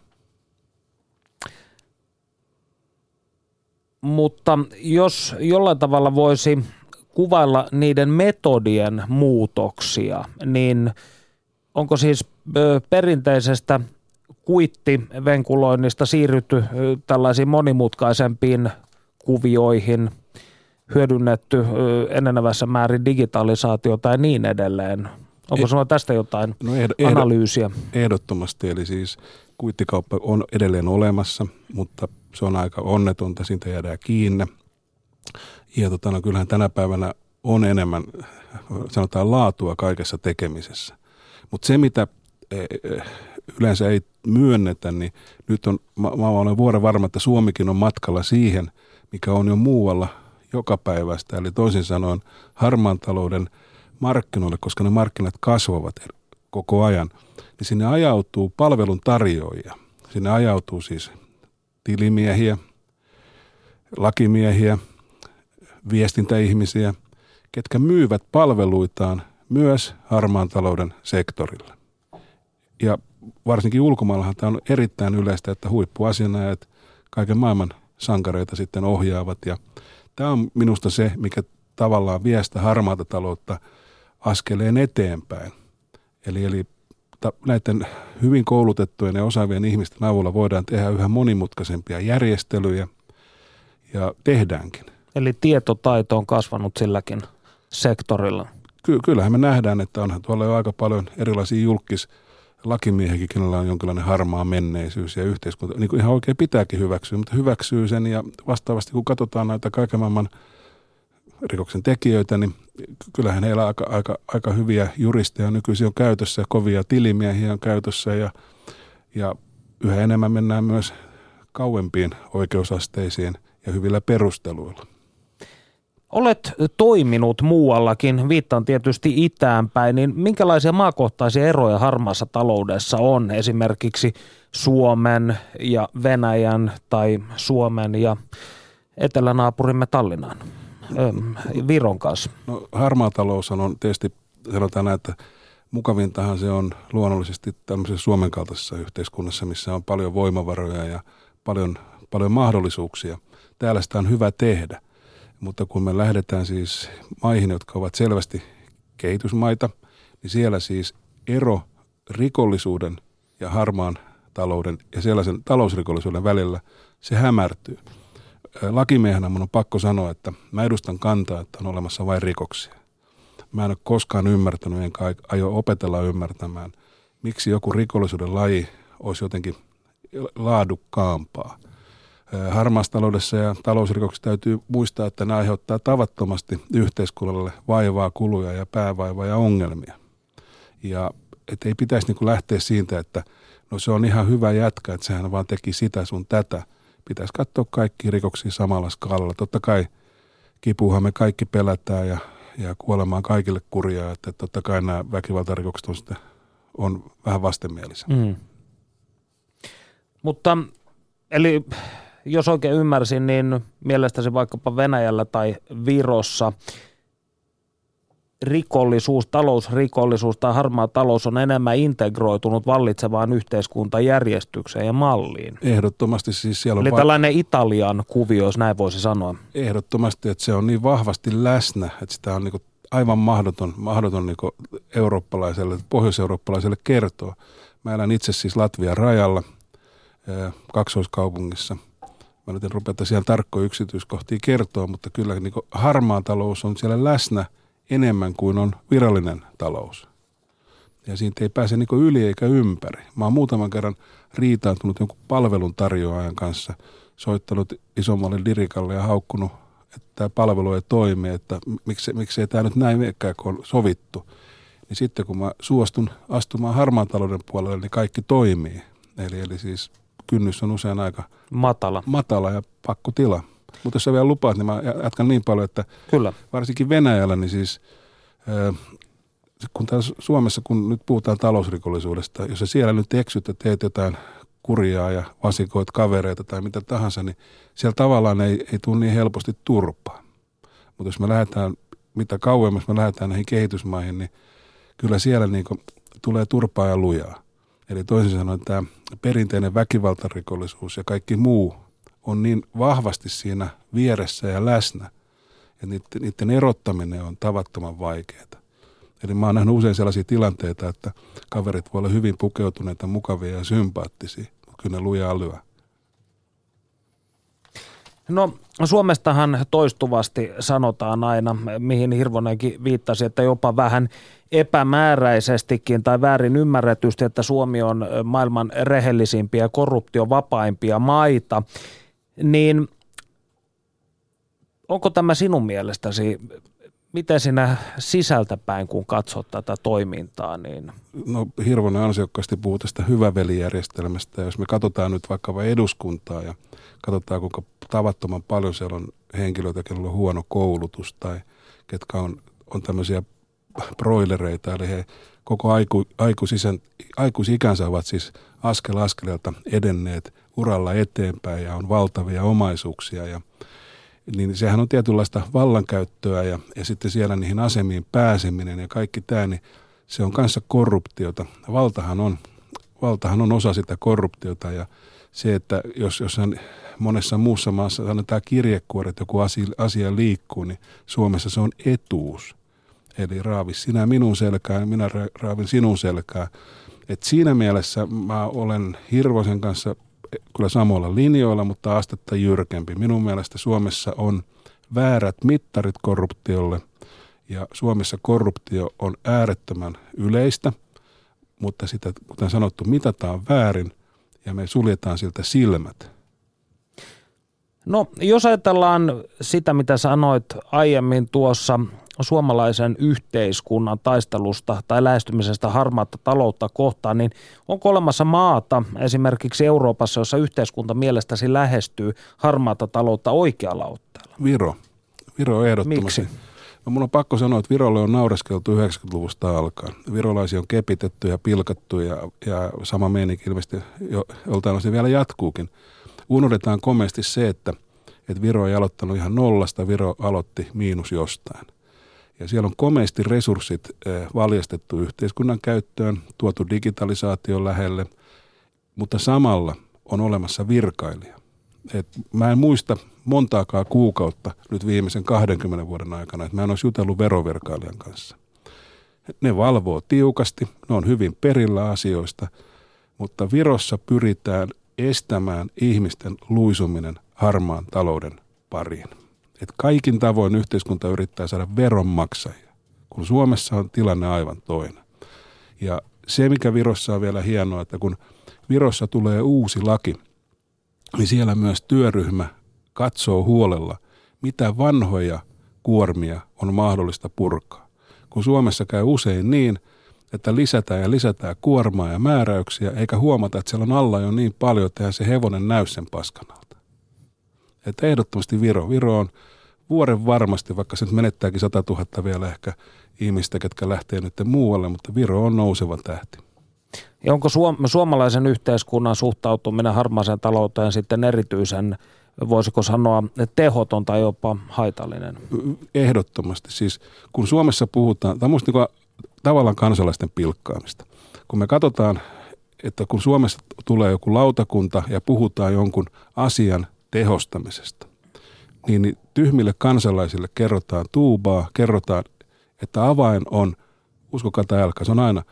Mutta jos jollain tavalla voisi kuvailla niiden metodien muutoksia, niin onko siis ö, perinteisestä kuittivenkuloinnista siirrytty ö, tällaisiin monimutkaisempiin kuvioihin, hyödynnetty ö, enenevässä määrin digitalisaatiota ja niin edelleen? Onko sinulla tästä jotain no ehdo, analyysiä? Ehdottomasti, eli siis kuittikauppa on edelleen olemassa, mutta se on aika onnetonta, siitä jäädään kiinni. Ja tota, no, kyllähän tänä päivänä on enemmän, sanotaan, laatua kaikessa tekemisessä. Mutta se, mitä yleensä ei myönnetä, niin nyt on, mä, mä olen vuoren varma, että Suomikin on matkalla siihen, mikä on jo muualla joka päivästä. Eli toisin sanoen harmaan talouden markkinoille, koska ne markkinat kasvavat koko ajan, niin sinne ajautuu palvelun tarjoajia. Sinne ajautuu siis tilimiehiä, lakimiehiä, viestintäihmisiä, ketkä myyvät palveluitaan myös harmaan talouden sektorilla. Ja varsinkin ulkomaillahan tämä on erittäin yleistä, että huippuasianajat kaiken maailman sankareita sitten ohjaavat. Ja tämä on minusta se, mikä tavallaan vie sitä harmaata taloutta askeleen eteenpäin. Eli, eli näiden hyvin koulutettujen ja osaavien ihmisten avulla voidaan tehdä yhä monimutkaisempia järjestelyjä ja tehdäänkin. Eli tietotaito on kasvanut silläkin sektorilla. Ky- kyllähän me nähdään, että onhan tuolla jo aika paljon erilaisia julkislakimiehiä, kenellä on jonkinlainen harmaa menneisyys ja yhteiskunta. Niin kuin ihan oikein pitääkin hyväksyä, mutta hyväksyy sen ja vastaavasti kun katsotaan näitä kaiken maailman rikoksen tekijöitä, niin kyllähän heillä aika, aika, aika hyviä juristeja nykyisin on käytössä, kovia tilimiehiä on käytössä ja, ja yhä enemmän mennään myös kauempiin oikeusasteisiin ja hyvillä perusteluilla. Olet toiminut muuallakin, viittaan tietysti itään päin, niin minkälaisia maakohtaisia eroja harmaassa taloudessa on esimerkiksi Suomen ja Venäjän tai Suomen ja etelänaapurimme Tallinnan, Viron kanssa? No, harmaa talous on tietysti, sanotaan näin, että mukavintahan se on luonnollisesti tämmöisessä Suomen kaltaisessa yhteiskunnassa, missä on paljon voimavaroja ja paljon, paljon mahdollisuuksia. Täällä sitä on hyvä tehdä. Mutta kun me lähdetään siis maihin, jotka ovat selvästi kehitysmaita, niin siellä siis ero rikollisuuden ja harmaan talouden ja sellaisen talousrikollisuuden välillä, se hämärtyy. Lakimiehenä minun on pakko sanoa, että mä edustan kantaa, että on olemassa vain rikoksia. Mä en ole koskaan ymmärtänyt, enkä aio opetella ymmärtämään, miksi joku rikollisuuden laji olisi jotenkin laadukkaampaa. Harmaassa taloudessa ja talousrikoksissa täytyy muistaa, että ne aiheuttaa tavattomasti yhteiskunnalle vaivaa, kuluja ja päävaivaa ja ongelmia. Ja et ei pitäisi niin kuin lähteä siitä, että no se on ihan hyvä jätkä, että sehän vaan teki sitä sun tätä. Pitäisi katsoa kaikki rikoksia samalla skaalalla. Totta kai kipuuhan me kaikki pelätään ja, ja kuolemaan kaikille kurjaa, että totta kai nämä väkivaltarikokset on, sitten, on vähän vastenmielisiä. Mm. Mutta eli jos oikein ymmärsin, niin mielestäsi vaikkapa Venäjällä tai Virossa rikollisuus, talousrikollisuus tai harmaa talous on enemmän integroitunut vallitsevaan yhteiskuntajärjestykseen ja malliin. Ehdottomasti siis siellä on... Eli va- tällainen Italian kuvio, jos näin voisi sanoa. Ehdottomasti, että se on niin vahvasti läsnä, että sitä on niin kuin aivan mahdoton, mahdoton niin kuin eurooppalaiselle, pohjois-eurooppalaiselle kertoa. Mä elän itse siis Latvian rajalla, kaksoiskaupungissa. Mä nyt en rupea siellä tarkkoja yksityiskohtia kertoa, mutta kyllä niin kuin harmaa talous on siellä läsnä enemmän kuin on virallinen talous. Ja siitä ei pääse niin kuin yli eikä ympäri. Mä oon muutaman kerran riitaantunut jonkun palvelun tarjoajan kanssa, soittanut isommalle dirikalle ja haukkunut, että tämä palvelu ei toimi, että miksi, miksei tämä nyt näin meikään, kun on sovittu. Niin sitten kun mä suostun astumaan harmaan talouden puolelle, niin kaikki toimii. Eli, eli siis kynnys on usein aika matala, matala ja pakkotila. Mutta jos sä vielä lupaat, niin mä jatkan niin paljon, että Kyllä. varsinkin Venäjällä, niin siis kun taas Suomessa, kun nyt puhutaan talousrikollisuudesta, jos sä siellä nyt eksyt ja teet jotain kurjaa ja vasikoit kavereita tai mitä tahansa, niin siellä tavallaan ei, ei tule niin helposti turpaa. Mutta jos me lähdetään, mitä kauemmas me lähdetään näihin kehitysmaihin, niin kyllä siellä niin kuin tulee turpaa ja lujaa. Eli toisin sanoen tämä perinteinen väkivaltarikollisuus ja kaikki muu on niin vahvasti siinä vieressä ja läsnä, ja niiden, niiden erottaminen on tavattoman vaikeaa. Eli mä oon nähnyt usein sellaisia tilanteita, että kaverit voi olla hyvin pukeutuneita, mukavia ja sympaattisia, mutta kyllä ne lujaa lyö. No Suomestahan toistuvasti sanotaan aina, mihin Hirvonenkin viittasi, että jopa vähän epämääräisestikin tai väärin ymmärretysti, että Suomi on maailman rehellisimpiä ja korruptiovapaimpia maita. Niin onko tämä sinun mielestäsi, miten sinä sisältäpäin, kun katsot tätä toimintaa? Niin... No Hirvonen ansiokkaasti puhuu tästä hyvävelijärjestelmästä. Jos me katsotaan nyt vaikka eduskuntaa ja katsotaan, kuinka tavattoman paljon siellä on henkilöitä, kenellä on huono koulutus tai ketkä on, on tämmöisiä broilereita, eli he koko aiku, aikuisisän, aikuisikänsä ovat siis askel askeleelta edenneet uralla eteenpäin ja on valtavia omaisuuksia ja niin sehän on tietynlaista vallankäyttöä ja, ja sitten siellä niihin asemiin pääseminen ja kaikki tämä, niin se on kanssa korruptiota. Valtahan on, valtahan on osa sitä korruptiota ja se, että jos, jos monessa muussa maassa annetaan kirjekuoret, että joku asia, asia liikkuu, niin Suomessa se on etuus. Eli raavi sinä minun selkään, minä raavin sinun selkään. Et siinä mielessä mä olen Hirvosen kanssa kyllä samoilla linjoilla, mutta astetta jyrkempi. Minun mielestä Suomessa on väärät mittarit korruptiolle ja Suomessa korruptio on äärettömän yleistä, mutta sitä, kuten sanottu, mitataan väärin ja me suljetaan siltä silmät. No jos ajatellaan sitä, mitä sanoit aiemmin tuossa suomalaisen yhteiskunnan taistelusta tai lähestymisestä harmaata taloutta kohtaan, niin onko olemassa maata esimerkiksi Euroopassa, jossa yhteiskunta mielestäsi lähestyy harmaata taloutta oikealla otteella? Viro. Viro ehdottomasti. Miksi? No mun on pakko sanoa, että Virolle on naureskeltu yhdeksänkymmentäluvusta alkaen. Virolaisia on kepitetty ja pilkattu ja, ja sama meininki ilmeisesti jo, joltain osin vielä jatkuukin. Unohdetaan komeasti se, että, että Viro ei aloittanut ihan nollasta, Viro aloitti miinus jostain. Ja siellä on komeasti resurssit valjastettu yhteiskunnan käyttöön, tuotu digitalisaation lähelle, mutta samalla on olemassa virkailija. Et mä en muista montaakaan kuukautta nyt viimeisen kahdenkymmenen vuoden aikana, että mä en olisi jutellut verovirkailijan kanssa. Ne valvoo tiukasti, ne on hyvin perillä asioista, mutta Virossa pyritään estämään ihmisten luisuminen harmaan talouden pariin. Et kaikin tavoin yhteiskunta yrittää saada veronmaksajia, kun Suomessa on tilanne aivan toinen. Ja se, mikä Virossa on vielä hienoa, että kun Virossa tulee uusi laki, niin siellä myös työryhmä katsoo huolella, mitä vanhoja kuormia on mahdollista purkaa. Kun Suomessa käy usein niin, että lisätään ja lisätään kuormaa ja määräyksiä, eikä huomata, että siellä on alla jo niin paljon, että se hevonen näy sen paskanalta. Että ehdottomasti Viro. Viro on vuoren varmasti, vaikka se nyt menettääkin sata tuhatta vielä ehkä ihmistä, ketkä lähtee nyt muualle, mutta Viro on nouseva tähti. Ja onko suom- suomalaisen yhteiskunnan suhtautuminen harmaaseen talouteen sitten erityisen, voisiko sanoa, tehoton tai jopa haitallinen? Ehdottomasti. Siis kun Suomessa puhutaan, tämä on musta niin tavallaan kansalaisten pilkkaamista. Kun me katsotaan, että kun Suomessa tulee joku lautakunta ja puhutaan jonkun asian tehostamisesta, niin tyhmille kansalaisille kerrotaan tuubaa, kerrotaan, että avain on, uskokaa tai älkää, se on aina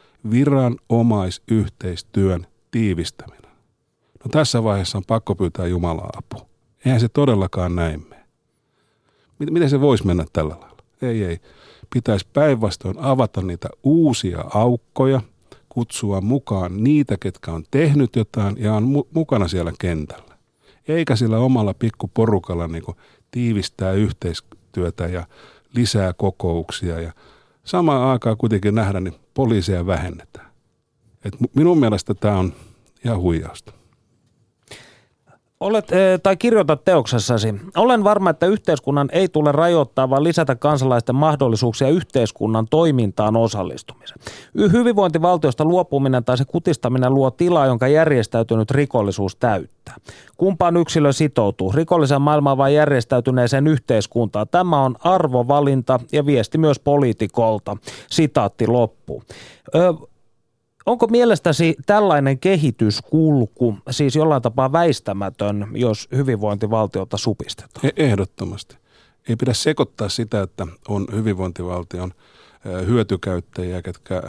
viranomaisyhteistyön tiivistäminen. No tässä vaiheessa on pakko pyytää Jumalaa apua. Eihän se todellakaan näin mene. Miten se voisi mennä tällä lailla? Ei, ei. Pitäisi päinvastoin avata niitä uusia aukkoja, kutsua mukaan niitä, ketkä on tehnyt jotain ja on mu- mukana siellä kentällä. Eikä sillä omalla pikkuporukalla niin kuin tiivistää yhteistyötä ja lisää kokouksia ja samaan aikaan kuitenkin nähdä, niin poliiseja vähennetään. Et minun mielestä tämä on ihan huijausta. Olet, tai kirjoitat teoksessasi, olen varma, että yhteiskunnan ei tule rajoittaa, vaan lisätä kansalaisten mahdollisuuksia yhteiskunnan toimintaan osallistumiseen. Hyvinvointivaltiosta luopuminen tai se kutistaminen luo tilaa, jonka järjestäytynyt rikollisuus täyttää. Kumpaan yksilö sitoutuu, rikollisen maailmaan vai järjestäytyneeseen yhteiskuntaan? Tämä on arvovalinta ja viesti myös poliitikolta. Sitaatti loppu. Ö, Onko mielestäsi tällainen kehityskulku siis jollain tapaa väistämätön, jos hyvinvointivaltiota supistetaan? Ehdottomasti. Ei pidä sekoittaa sitä, että on hyvinvointivaltion hyötykäyttäjiä, ketkä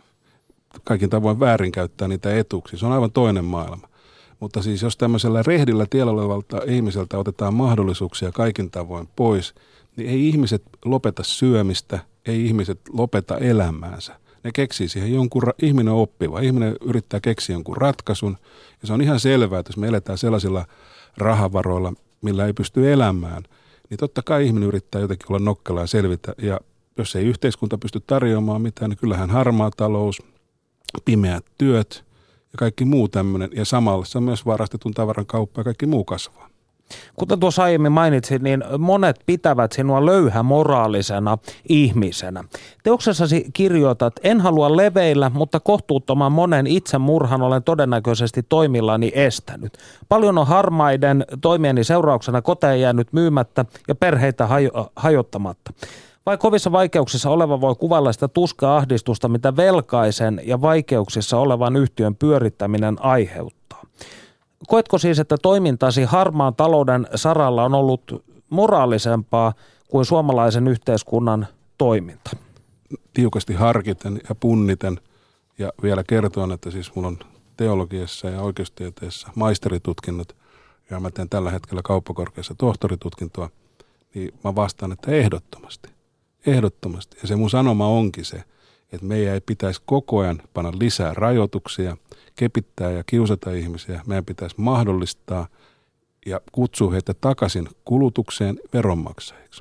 kaikin tavoin väärinkäyttää niitä etuuksia. Se on aivan toinen maailma. Mutta siis jos tämmöisellä rehdillä tiellä olevalta ihmiseltä otetaan mahdollisuuksia kaikin tavoin pois, niin ei ihmiset lopeta syömistä, ei ihmiset lopeta elämäänsä. Ne keksii siihen jonkun, ihminen on oppiva, ihminen yrittää keksiä jonkun ratkaisun. Ja se on ihan selvää, että jos me eletään sellaisilla rahavaroilla, millä ei pysty elämään, niin totta kai ihminen yrittää jotenkin olla nokkela ja selvitä. Ja jos ei yhteiskunta pysty tarjoamaan mitään, niin kyllähän harmaa talous, pimeät työt ja kaikki muu tämmöinen. Ja samalla se on myös varastetun tavaran kauppa ja kaikki muu kasvaa. Kuten tuossa aiemmin mainitsin, niin monet pitävät sinua löyhämoraalisena ihmisenä. Teoksessasi kirjoitat, en halua leveillä, mutta kohtuuttoman monen itsemurhan olen todennäköisesti toimillani estänyt. Paljon on harmaiden toimieni seurauksena koteja jäänyt myymättä ja perheitä hajo- hajottamatta. Vai kovissa vaikeuksissa oleva voi kuvailla sitä tuskaa ahdistusta, mitä velkaisen ja vaikeuksissa olevan yhtiön pyörittäminen aiheuttaa. Koetko siis, että toimintasi harmaan talouden saralla on ollut moraalisempaa kuin suomalaisen yhteiskunnan toiminta? Tiukasti harkiten ja punniten ja vielä kertoen, että siis mulla on teologiassa ja oikeustieteessä maisteritutkinnot ja mä teen tällä hetkellä kauppakorkeassa tohtoritutkintoa, niin mä vastaan, että ehdottomasti. Ehdottomasti. Ja se mun sanoma onkin se, että meidän ei pitäisi koko ajan panna lisää rajoituksia, kepittää ja kiusata ihmisiä. Meidän pitäisi mahdollistaa ja kutsua heitä takaisin kulutukseen veronmaksajiksi.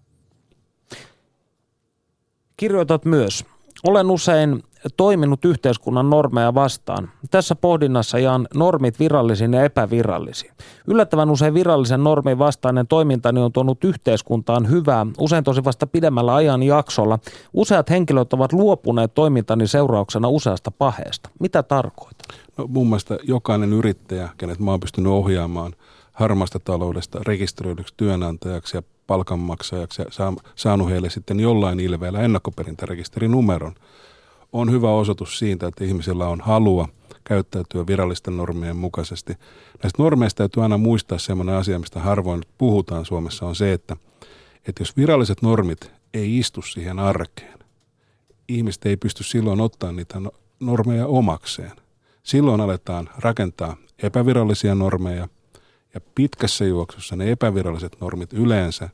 Kirjoitat myös. Olen usein toiminut yhteiskunnan normeja vastaan. Tässä pohdinnassa jaan normit virallisiin ja epävirallisiin. Yllättävän usein virallisen normin vastainen toimintani on tuonut yhteiskuntaan hyvää, usein tosi vasta pidemmällä ajan jaksolla. Useat henkilöt ovat luopuneet toimintani seurauksena useasta paheesta. Mitä tarkoitat? No mun mielestä jokainen yrittäjä, kenet mä oon pystynyt ohjaamaan harmaasta taloudesta rekisteröidyksi työnantajaksi ja palkanmaksajaksi ja saanut heille sitten jollain ilveellä ennakkoperintärekisterinumeron, on hyvä osoitus siitä, että ihmisillä on halua käyttäytyä virallisten normien mukaisesti. Näistä normeista täytyy aina muistaa sellainen asia, mistä harvoin puhutaan Suomessa, on se, että, että jos viralliset normit ei istu siihen arkeen, ihmiset ei pysty silloin ottaa niitä normeja omakseen. Silloin aletaan rakentaa epävirallisia normeja ja pitkässä juoksussa ne epäviralliset normit yleensä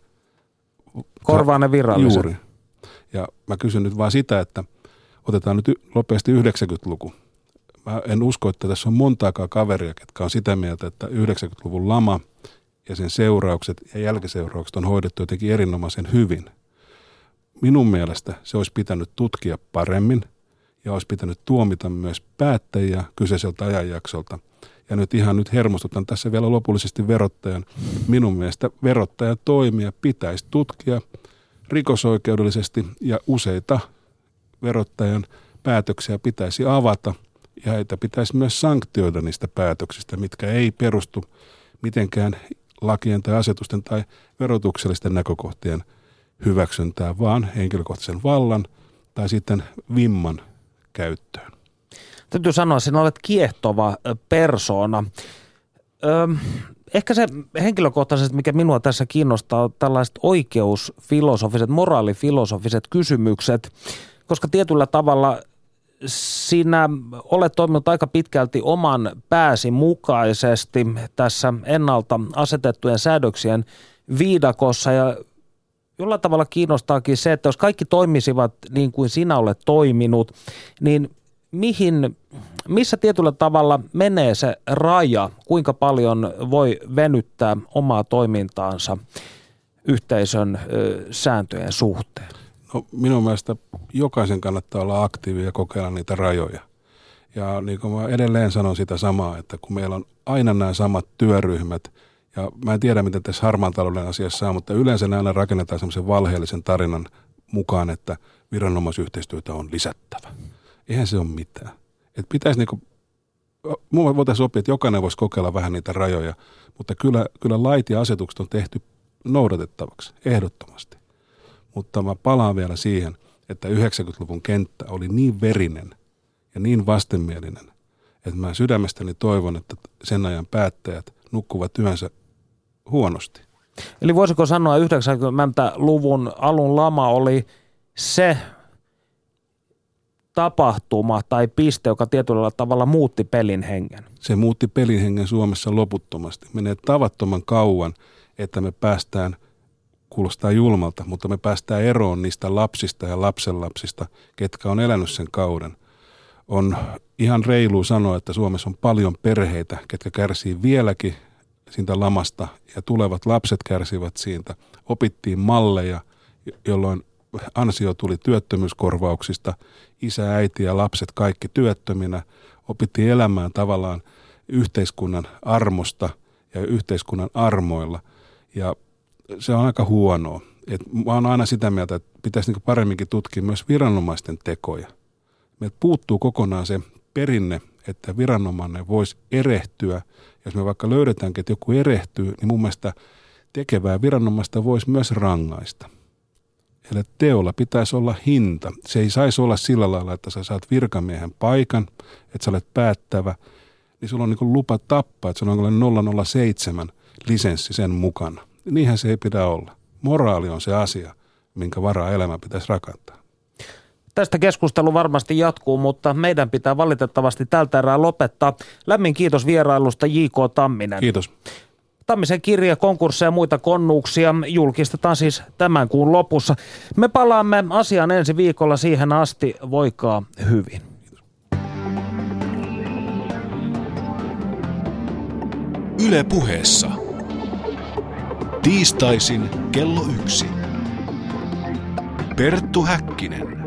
korvaa ne viralliset. Juuri. Ja mä kysyn nyt vaan sitä, että otetaan nyt nopeasti yhdeksänkymmentäluku. Mä en usko, että tässä on montaakaan kaveria, ketkä on sitä mieltä, että yhdeksänkymmentäluvun lama ja sen seuraukset ja jälkiseuraukset on hoidettu jotenkin erinomaisen hyvin. Minun mielestä se olisi pitänyt tutkia paremmin ja olisi pitänyt tuomita myös päättäjiä kyseiseltä ajanjaksolta. Ja nyt ihan nyt hermostutan tässä vielä lopullisesti verottajan. Minun mielestä verottajan toimia pitäisi tutkia rikosoikeudellisesti ja useita verottajan päätöksiä pitäisi avata ja heitä pitäisi myös sanktioida niistä päätöksistä, mitkä ei perustu mitenkään lakien tai asetusten tai verotuksellisten näkökohtien hyväksyntää, vaan henkilökohtaisen vallan tai sitten vimman käyttöön. Täytyy sanoa, että sinä olet kiehtova persoona. Öö, ehkä se henkilökohtaisesti, mikä minua tässä kiinnostaa, on tällaiset oikeusfilosofiset, moraalifilosofiset kysymykset, koska tietyllä tavalla sinä olet toiminut aika pitkälti oman pääsi mukaisesti tässä ennalta asetettujen säädöksien viidakossa ja jollain tavalla kiinnostaakin se, että jos kaikki toimisivat niin kuin sinä olet toiminut, niin mihin, missä tietyllä tavalla menee se raja, kuinka paljon voi venyttää omaa toimintaansa yhteisön ö, sääntöjen suhteen? No, minun mielestä jokaisen kannattaa olla aktiivi ja kokeilla niitä rajoja. Ja niin kuin mä edelleen sanon sitä samaa, että kun meillä on aina nämä samat työryhmät, ja mä en tiedä, miten tässä harmaan talouden asiassa on, mutta yleensä ne aina rakennetaan semmoisen valheellisen tarinan mukaan, että viranomaisyhteistyötä on lisättävä. Eihän se ole mitään. Että pitäisi niinku, mun voitaisiin oppia, että jokainen voisi kokeilla vähän niitä rajoja, mutta kyllä, kyllä lait ja asetukset on tehty noudatettavaksi, ehdottomasti. Mutta mä palaan vielä siihen, että yhdeksänkymmentäluvun kenttä oli niin verinen ja niin vastenmielinen, että mä sydämestäni toivon, että sen ajan päättäjät nukkuvat yönsä huonosti. Eli voisiko sanoa, että yhdeksänkymmentäluvun alun lama oli se tapahtuma tai piste, joka tietyllä tavalla muutti pelin hengen? Se muutti pelin hengen Suomessa loputtomasti. Menee tavattoman kauan, että me päästään, kuulostaa julmalta, mutta me päästään eroon niistä lapsista ja lapsenlapsista, ketkä on elänyt sen kauden. On ihan reilu sanoa, että Suomessa on paljon perheitä, ketkä kärsii vieläkin siitä lamasta ja tulevat lapset kärsivät siitä. Opittiin malleja, jolloin ansio tuli työttömyyskorvauksista, isä, äiti ja lapset kaikki työttöminä. Opittiin elämään tavallaan yhteiskunnan armosta ja yhteiskunnan armoilla ja se on aika huonoa. Et mä oon aina sitä mieltä, että pitäisi niinku paremminkin tutkia myös viranomaisten tekoja. Meiltä puuttuu kokonaan se perinne, että viranomainen voisi erehtyä. Jos me vaikka löydetäänkin, että joku erehtyy, niin mun mielestä tekevää viranomaista voisi myös rangaista. Eli teolla pitäisi olla hinta. Se ei saisi olla sillä lailla, että sä saat virkamiehen paikan, että sä olet päättävä, niin sulla on niin kuin lupa tappaa, että sulla on nolla nolla seitsemän lisenssi sen mukana. Niinhän se ei pidä olla. Moraali on se asia, minkä varaa elämä pitäisi rakentaa. Tästä keskustelu varmasti jatkuu, mutta meidän pitää valitettavasti tältä erää lopettaa. Lämmin kiitos vierailusta J K Tamminen. Kiitos. Tammisen kirja, konkursseja ja muita konnuuksia julkistetaan siis tämän kuun lopussa. Me palaamme asiaan ensi viikolla, siihen asti voikaa hyvin. Yle Puheessa. Tiistaisin kello yksi. Perttu Häkkinen.